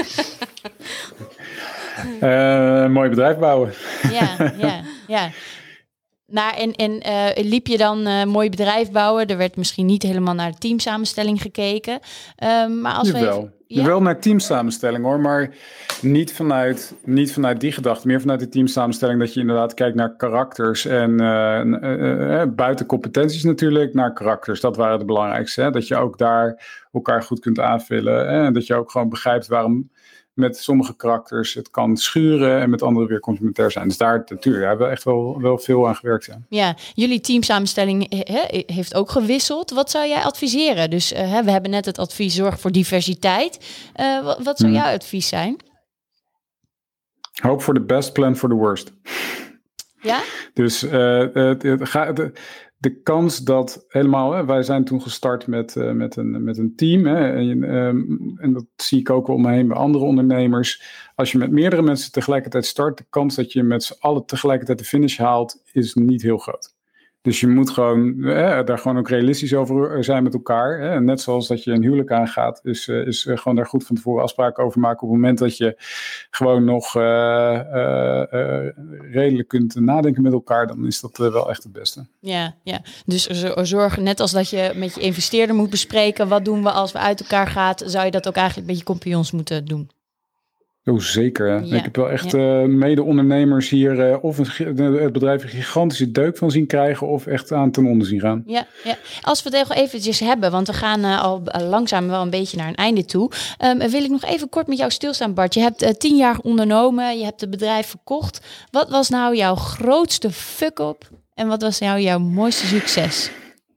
uh, een mooi bedrijf bouwen. Ja, ja, ja. Nou, en en uh, liep je dan een uh, mooi bedrijf bouwen? Er werd misschien niet helemaal naar de teamsamenstelling gekeken. Uh, maar als Jawel. we even, ja? Wel naar teamsamenstelling hoor, maar niet vanuit, niet vanuit die gedachte. Meer vanuit de teamsamenstelling dat je inderdaad kijkt naar karakters en uh, uh, uh, buiten competenties natuurlijk, naar karakters. Dat waren de belangrijkste. Hè? Dat je ook daar elkaar goed kunt aanvullen. Hè? En dat je ook gewoon begrijpt waarom met sommige karakters het kan schuren en met andere weer complementair zijn. Dus daar natuurlijk hebben we echt wel, wel veel aan gewerkt. Ja, ja, jullie teamsamenstelling he, heeft ook gewisseld. Wat zou jij adviseren? Dus uh, he, we hebben net het advies zorg voor diversiteit. Uh, wat, wat zou hmm. jouw advies zijn? Hope for the best, plan for the worst. Ja? Dus uh, het, het, het, de, de kans dat helemaal, hè, wij zijn toen gestart met, uh, met, een, met een team. Hè, en, um, en dat zie ik ook wel om me heen bij andere ondernemers. Als je met meerdere mensen tegelijkertijd start, de kans dat je met z'n allen tegelijkertijd de finish haalt, is niet heel groot. Dus je moet gewoon eh, daar gewoon ook realistisch over zijn met elkaar. Hè. Net zoals dat je een huwelijk aangaat, is, uh, is uh, gewoon daar goed van tevoren afspraken over maken. Op het moment dat je gewoon nog uh, uh, uh, redelijk kunt nadenken met elkaar, dan is dat uh, wel echt het beste. Ja, ja. Dus zorg, net als dat je met je investeerder moet bespreken, wat doen we als we uit elkaar gaan, zou je dat ook eigenlijk met je compagnons moeten doen? Oh, zeker. Ja, ik heb wel echt ja. uh, mede-ondernemers hier uh, of een, het bedrijf een gigantische deuk van zien krijgen of echt aan ten onder zien gaan. Ja, ja. Als we het nog eventjes hebben, want we gaan uh, al uh, langzaam wel een beetje naar een einde toe. Um, wil ik nog even kort met jou stilstaan, Bart. Je hebt uh, tien jaar ondernomen, je hebt het bedrijf verkocht. Wat was nou jouw grootste fuck-up en wat was nou jouw mooiste succes?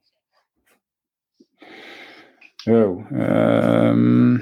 Oh, um...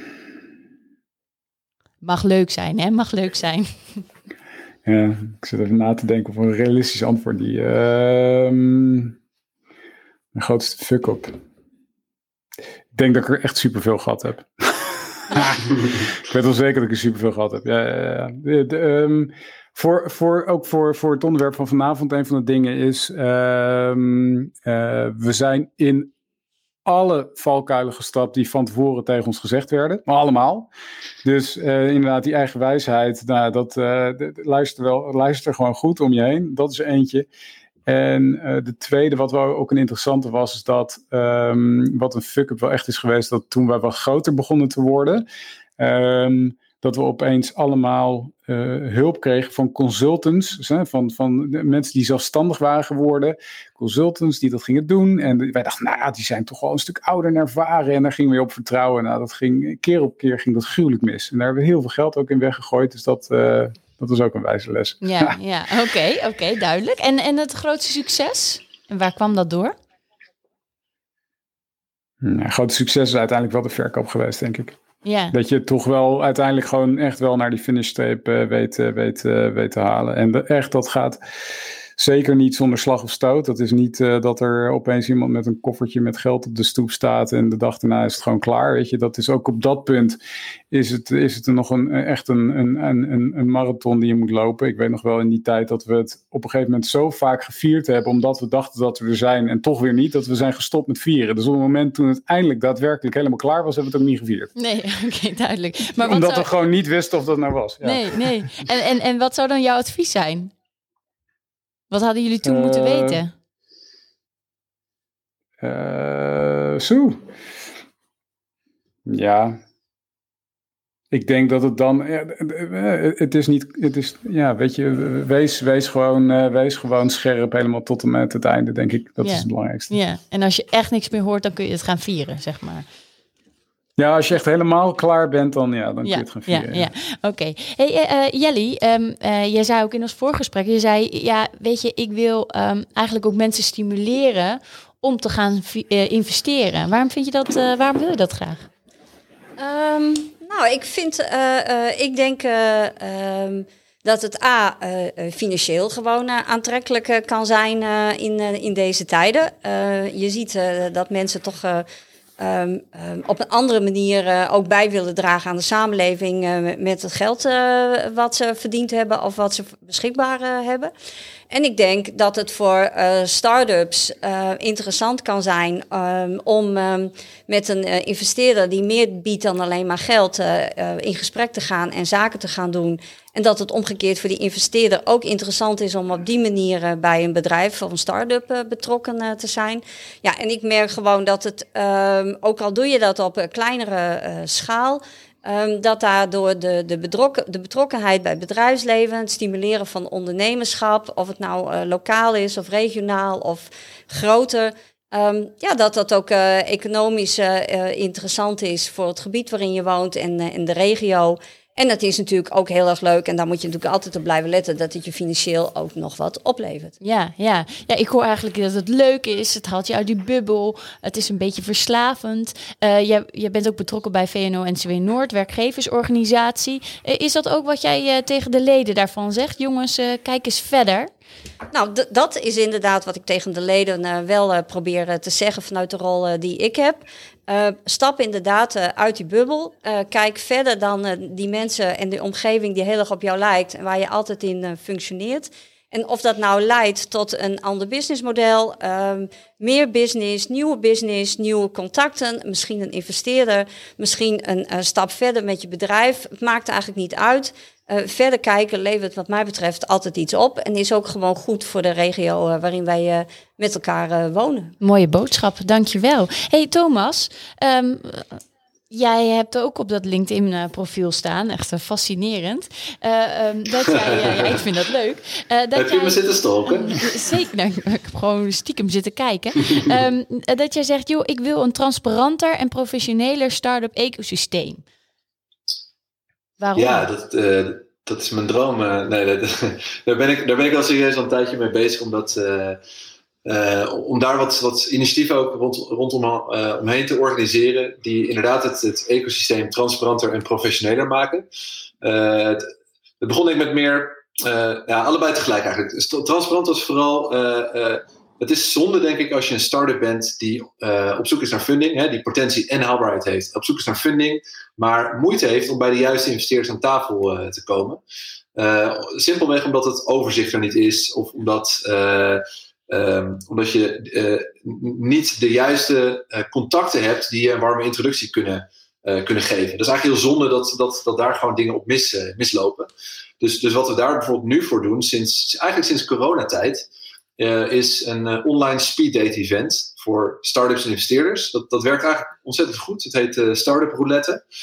Mag leuk zijn, hè? Mag leuk zijn. Ja, ik zit even na te denken over een realistisch antwoord. Die, uh, mijn grootste fuck-up. Ik denk dat ik er echt superveel gehad heb. Ik weet wel zeker dat ik er superveel gehad heb. Ja, ja, ja. De, de, um, voor, voor, ook voor, voor het onderwerp van vanavond, een van de dingen is, um, uh, we zijn in alle valkuilen gestapt die van tevoren tegen ons gezegd werden. Maar allemaal. Dus uh, inderdaad, die eigen wijsheid, nou, dat uh, de, de, luister, wel, luister gewoon goed om je heen. Dat is eentje. En uh, de tweede, wat wel ook een interessante was, is dat, um, wat een fuck-up wel echt is geweest, dat toen wij wat groter begonnen te worden, um, dat we opeens allemaal uh, hulp kregen van consultants, hè, van, van de mensen die zelfstandig waren geworden, consultants die dat gingen doen. En wij dachten, nou ja, die zijn toch wel een stuk ouder en ervaren en daar gingen we op vertrouwen. Nou, dat ging keer op keer ging dat gruwelijk mis. En daar hebben we heel veel geld ook in weggegooid, dus dat, uh, dat was ook een wijze les. Ja, ja, oké, okay, oké, okay, duidelijk. En, en het grootste succes? En waar kwam dat door? Nou, het grote succes is uiteindelijk wel de verkoop geweest, denk ik. Ja. Dat je toch wel uiteindelijk gewoon echt wel naar die finishstreep uh, weet, uh, weet, uh, weet te halen. En de, echt, dat gaat zeker niet zonder slag of stoot. Dat is niet uh, dat er opeens iemand met een koffertje met geld op de stoep staat en de dag daarna is het gewoon klaar. Weet je, dat is ook op dat punt is het, is het er nog een, echt een, een, een, een marathon die je moet lopen. Ik weet nog wel in die tijd dat we het op een gegeven moment zo vaak gevierd hebben, omdat we dachten dat we er zijn en toch weer niet, dat we zijn gestopt met vieren. Dus op het moment toen het eindelijk daadwerkelijk helemaal klaar was, hebben we het ook niet gevierd. Nee, oké, okay, duidelijk. Maar omdat zou... we gewoon niet wisten of dat nou was. Ja. Nee, nee. En, en, en wat zou dan jouw advies zijn? Wat hadden jullie toen uh, moeten weten? Uh, zo. Ja. Ik denk dat het dan... Ja, het is niet... Het is, ja, weet je, wees, wees, gewoon, uh, wees gewoon scherp helemaal tot en met het einde, denk ik. Dat ja. is het belangrijkste. Ja, en als je echt niks meer hoort, dan kun je het gaan vieren, zeg maar. Ja, als je echt helemaal klaar bent, dan, ja, dan ja, kun je het gaan vieren. Ja, ja. ja. Oké. Okay. Hey, uh, Jelly, um, uh, jij zei ook in ons voorgesprek, je zei, ja, weet je, ik wil um, eigenlijk ook mensen stimuleren om te gaan vi- uh, investeren. Waarom vind je dat, uh, waarom wil je dat graag? Um, nou, ik vind, uh, uh, ik denk uh, um, dat het A, uh, financieel gewoon uh, aantrekkelijk uh, kan zijn uh, in, uh, in deze tijden. Uh, je ziet uh, dat mensen toch... Uh, Um, um, op een andere manier uh, ook bij willen dragen aan de samenleving uh, met het geld uh, wat ze verdiend hebben of wat ze beschikbaar uh, hebben. En ik denk dat het voor uh, start-ups uh, interessant kan zijn um, om um, met een uh, investeerder die meer biedt dan alleen maar geld uh, uh, in gesprek te gaan en zaken te gaan doen. En dat het omgekeerd voor die investeerder ook interessant is om op die manier uh, bij een bedrijf of een start-up uh, betrokken uh, te zijn. Ja, en ik merk gewoon dat het, um, ook al doe je dat op een kleinere uh, schaal, Um, dat daardoor de, de, bedrokken, de betrokkenheid bij het bedrijfsleven, het stimuleren van ondernemerschap, of het nou uh, lokaal is of regionaal of groter, um, ja, dat dat ook uh, economisch uh, interessant is voor het gebied waarin je woont en, uh, en de regio. En het is natuurlijk ook heel erg leuk, en daar moet je natuurlijk altijd op blijven letten, dat het je financieel ook nog wat oplevert. Ja, ja. ja ik hoor eigenlijk dat het leuk is. Het haalt je uit die bubbel. Het is een beetje verslavend. Uh, je, je bent ook betrokken bij V N O N C W Noord, werkgeversorganisatie. Uh, is dat ook wat jij uh, tegen de leden daarvan zegt? Jongens, uh, kijk eens verder. Nou, d- dat is inderdaad wat ik tegen de leden uh, wel uh, probeer uh, te zeggen vanuit de rol uh, die ik heb. Uh, stap inderdaad uh, uit die bubbel. Uh, kijk verder dan uh, die mensen en de omgeving die heel erg op jou lijkt en waar je altijd in uh, functioneert. En of dat nou leidt tot een ander businessmodel, um, meer business, nieuwe business, nieuwe contacten, misschien een investeerder, misschien een uh, stap verder met je bedrijf. Het maakt eigenlijk niet uit. Uh, verder kijken levert wat mij betreft altijd iets op en is ook gewoon goed voor de regio uh, waarin wij uh, met elkaar uh, wonen. Mooie boodschap, dankjewel. Hey Thomas, um, jij hebt ook op dat LinkedIn-profiel staan, echt uh, fascinerend. Uh, um, dat jij, uh, ja, ik vind dat leuk. Uh, dat heb je jij, me zitten stalken? Zeker, nou, ik heb gewoon stiekem zitten kijken. um, dat jij zegt, joh, ik wil een transparanter en professioneler start-up ecosysteem. Waarom? Ja, dat, uh, dat is mijn droom. Uh, nee, dat, daar, ben ik, daar ben ik al serieus al een tijdje mee bezig. Omdat, uh, uh, om daar wat, wat initiatieven ook rond, rondom uh, omheen te organiseren. Die inderdaad het, het ecosysteem transparanter en professioneler maken. Uh, het, het begon ik met meer, uh, ja, allebei tegelijk eigenlijk. Transparant was vooral... Uh, uh, Het is zonde, denk ik, als je een start-up bent die uh, op zoek is naar funding, hè, die potentie en haalbaarheid heeft, op zoek is naar funding, maar moeite heeft om bij de juiste investeerders aan tafel uh, te komen. Uh, simpelweg omdat het overzicht er niet is, of omdat, uh, um, omdat je uh, niet de juiste uh, contacten hebt die je een warme introductie kunnen, uh, kunnen geven. Dat is eigenlijk heel zonde dat, dat, dat daar gewoon dingen op mis, uh, mislopen. Dus, dus wat we daar bijvoorbeeld nu voor doen, sinds, eigenlijk sinds coronatijd, Uh, is een uh, online speeddate event voor start-ups en investeerders. Dat, dat werkt eigenlijk ontzettend goed. Het heet uh, Startup Roulette.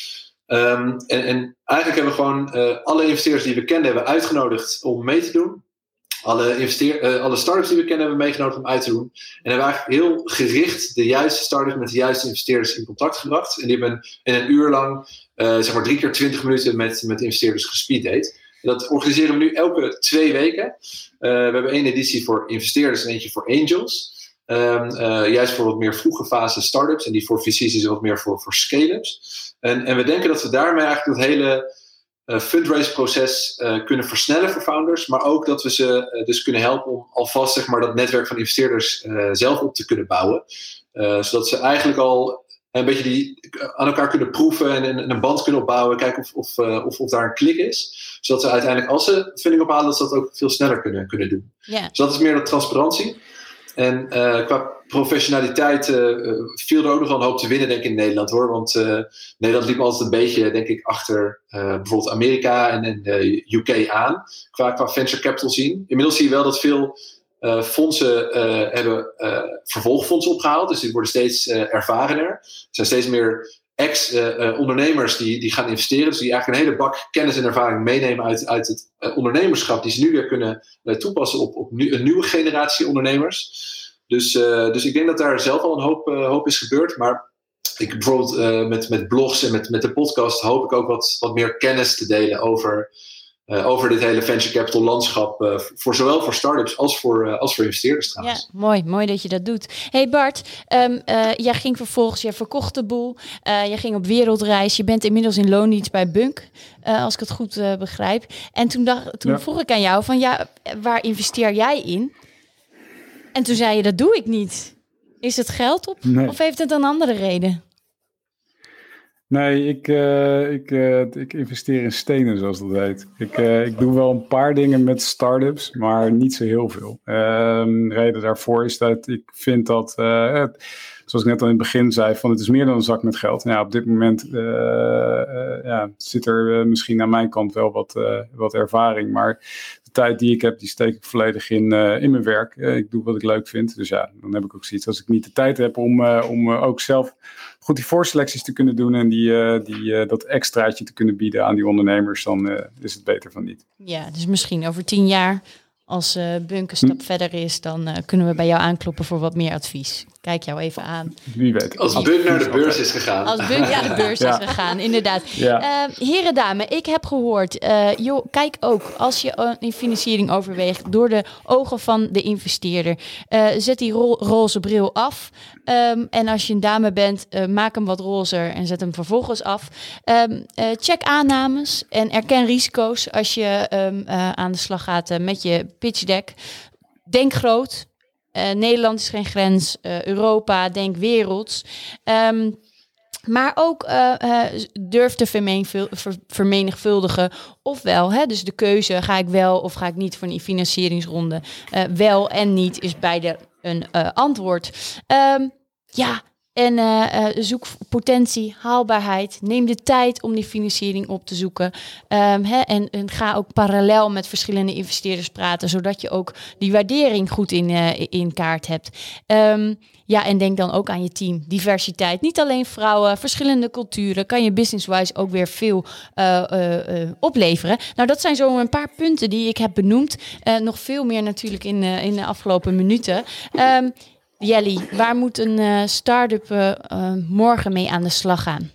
Um, en, en eigenlijk hebben we gewoon uh, alle investeerders die we kenden hebben uitgenodigd om mee te doen. Alle, investeer, uh, alle start-ups die we kennen hebben we meegenodigd om uit te doen. En hebben we eigenlijk heel gericht de juiste start-ups met de juiste investeerders in contact gebracht. En die hebben in een uur lang, uh, zeg maar drie keer twintig minuten met, met investeerders gespeeddate. En dat organiseren we nu elke twee weken. Uh, we hebben één editie voor investeerders en eentje voor angels. Um, uh, juist voor wat meer vroege fase start-ups. En die voor V C's is wat meer voor, voor scale-ups. En, en we denken dat we daarmee eigenlijk het hele uh, fundraise proces uh, kunnen versnellen voor founders. Maar ook dat we ze uh, dus kunnen helpen om alvast zeg maar, dat netwerk van investeerders uh, zelf op te kunnen bouwen. Uh, zodat ze eigenlijk al een beetje die aan elkaar kunnen proeven en, en een band kunnen opbouwen. Kijken of, of, uh, of, of daar een klik is. Zodat ze uiteindelijk als ze funding ophalen, dat ze dat ook veel sneller kunnen, kunnen doen. Yeah. Dus dat is meer de transparantie. En uh, qua professionaliteit uh, viel er ook nog wel een hoop te winnen, denk ik, in Nederland, hoor. Want uh, Nederland liep altijd een beetje, denk ik, achter uh, bijvoorbeeld Amerika en, en uh, U K aan. Qua, qua venture capital zien. Inmiddels zie je wel dat veel uh, fondsen uh, hebben uh, vervolgfondsen opgehaald. Dus die worden steeds uh, ervarener. Er zijn steeds meer ex-ondernemers uh, uh, die, die gaan investeren. Dus die eigenlijk een hele bak kennis en ervaring meenemen uit, uit het uh, ondernemerschap. Die ze nu weer kunnen uh, toepassen op, op nu, een nieuwe generatie ondernemers. Dus, uh, dus ik denk dat daar zelf al een hoop, uh, hoop is gebeurd. Maar ik, bijvoorbeeld uh, met, met blogs en met, met de podcast hoop ik ook wat, wat meer kennis te delen over, uh, over dit hele venture capital landschap. Uh, voor zowel voor start-ups als voor, uh, als voor investeerders trouwens. Ja, mooi. Mooi dat je dat doet. Hey Bart, um, uh, jij ging vervolgens, jij verkocht de boel. Uh, jij ging op wereldreis. Je bent inmiddels in loondienst bij Bunk. Uh, als ik het goed uh, begrijp. En toen, dacht, toen ja. vroeg ik aan jou van ja, waar investeer jij in? En toen zei je, dat doe ik niet. Is het geld op? Nee. Of heeft het een andere reden? Nee, ik, uh, ik, uh, ik investeer in stenen, zoals dat heet. Ik, uh, ik doe wel een paar dingen met start-ups, maar niet zo heel veel. Uh, de reden daarvoor is dat ik vind dat, uh, zoals ik net al in het begin zei, van het is meer dan een zak met geld. Nou, op dit moment uh, uh, ja, zit er uh, misschien aan mijn kant wel wat, uh, wat ervaring, maar de tijd die ik heb, die steek ik volledig in, uh, in mijn werk. Uh, ik doe wat ik leuk vind. Dus ja, dan heb ik ook zoiets. Als ik niet de tijd heb om, uh, om uh, ook zelf goed die voorselecties te kunnen doen en die, uh, die, uh, dat extraatje te kunnen bieden aan die ondernemers, dan uh, is het beter van niet. Ja, dus misschien over tien jaar, als uh, Bunk een stap hm. verder is, dan uh, kunnen we bij jou aankloppen voor wat meer advies. Kijk jou even aan. Wie weet. Als Bunk naar de beurs is gegaan. Als Bunk naar de beurs ja. is gegaan, inderdaad. Ja. Uh, heren, dames, ik heb gehoord, uh, joh, kijk ook, als je een financiering overweegt door de ogen van de investeerder, uh, zet die ro- roze bril af. Um, en als je een dame bent, uh, maak hem wat rozer en zet hem vervolgens af. Um, uh, check aannames en erken risico's als je um, uh, aan de slag gaat uh, met je pitch deck. Denk groot. Uh, Nederland is geen grens. Uh, Europa, denk werelds. Um, maar ook uh, uh, durf te vermenigvul- ver- vermenigvuldigen. Ofwel, hè, dus de keuze, ga ik wel of ga ik niet voor een financieringsronde? Uh, wel en niet is beide een uh, antwoord. Um, ja, en uh, uh, zoek potentie, haalbaarheid. Neem de tijd om die financiering op te zoeken. Um, hè, en, en ga ook parallel met verschillende investeerders praten, zodat je ook die waardering goed in, uh, in kaart hebt. Um, ja, en denk dan ook aan je team. Diversiteit. Niet alleen vrouwen, verschillende culturen. Kan je business-wise ook weer veel uh, uh, uh, opleveren. Nou, dat zijn zo een paar punten die ik heb benoemd. Uh, nog veel meer natuurlijk in, uh, in de afgelopen minuten. Um, Jelly, waar moet een uh, start-up uh, uh, morgen mee aan de slag gaan?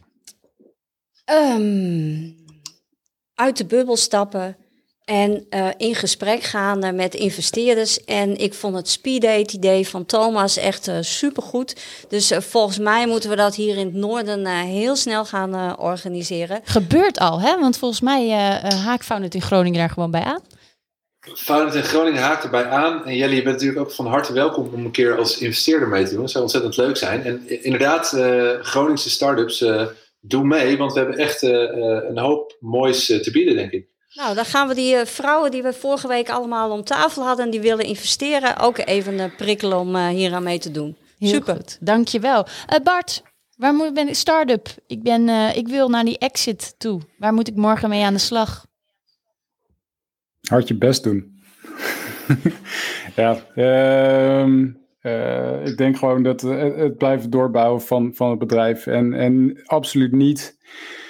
Um, uit de bubbel stappen en uh, in gesprek gaan uh, met investeerders. En ik vond het speeddate idee van Thomas echt uh, supergoed. Dus uh, volgens mij moeten we dat hier in het noorden uh, heel snel gaan uh, organiseren. Gebeurt al, hè? Want volgens mij uh, uh, haakt Founded in Groningen daar gewoon bij aan. Founded in Groningen haakt erbij aan. En Jelly, je bent natuurlijk ook van harte welkom om een keer als investeerder mee te doen. Dat zou ontzettend leuk zijn. En inderdaad, uh, Groningse start-ups, uh, doe mee. Want we hebben echt uh, een hoop moois uh, te bieden, denk ik. Nou, dan gaan we die uh, vrouwen die we vorige week allemaal om tafel hadden en die willen investeren, ook even uh, prikkelen om uh, hier aan mee te doen. Heel Super. Goed, dankjewel. Uh, Bart, waar moet, ben ik? Start-up. Ik, ben, uh, ik wil naar die exit toe. Waar moet ik morgen mee aan de slag? Hard je best doen. ja, uh, uh, ik denk gewoon dat uh, het blijven doorbouwen van, van het bedrijf. En, en absoluut niet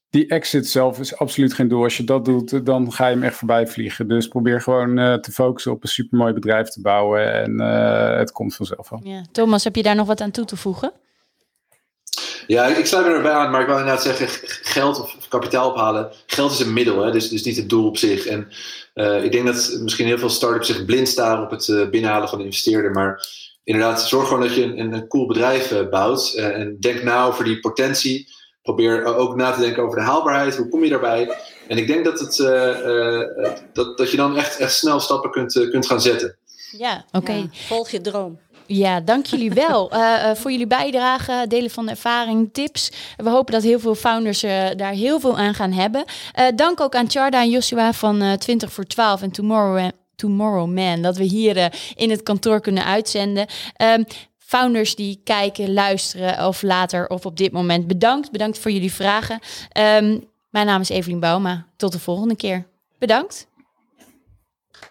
die exit zelf is absoluut geen doel. Als je dat doet, dan ga je hem echt voorbij vliegen. Dus probeer gewoon uh, te focussen op een supermooi bedrijf te bouwen. En uh, het komt vanzelf al. Ja. Thomas, heb je daar nog wat aan toe te voegen? Ja, ik sluit me erbij aan, maar ik wil inderdaad zeggen, geld of kapitaal ophalen. Geld is een middel, hè, dus, dus niet het doel op zich. En uh, ik denk dat misschien heel veel start-ups zich blind staren op het uh, binnenhalen van de investeerder. Maar inderdaad, zorg gewoon dat je een, een cool bedrijf uh, bouwt. Uh, en denk na over die potentie. Probeer ook na te denken over de haalbaarheid. Hoe kom je daarbij? En ik denk dat, het, uh, uh, dat, dat je dan echt, echt snel stappen kunt, uh, kunt gaan zetten. Ja, oké. Okay. Ja, volg je droom. Ja, dank jullie wel uh, uh, voor jullie bijdrage, delen van de ervaring, tips. We hopen dat heel veel founders uh, daar heel veel aan gaan hebben. Uh, dank ook aan Tjarda en Joshua van uh, twintig voor twaalf en Tomorrow, Tomorrow Man, dat we hier uh, in het kantoor kunnen uitzenden. Um, Founders die kijken, luisteren of later of op dit moment, bedankt. Bedankt voor jullie vragen. Um, mijn naam is Evelien Bouma. Tot de volgende keer. Bedankt.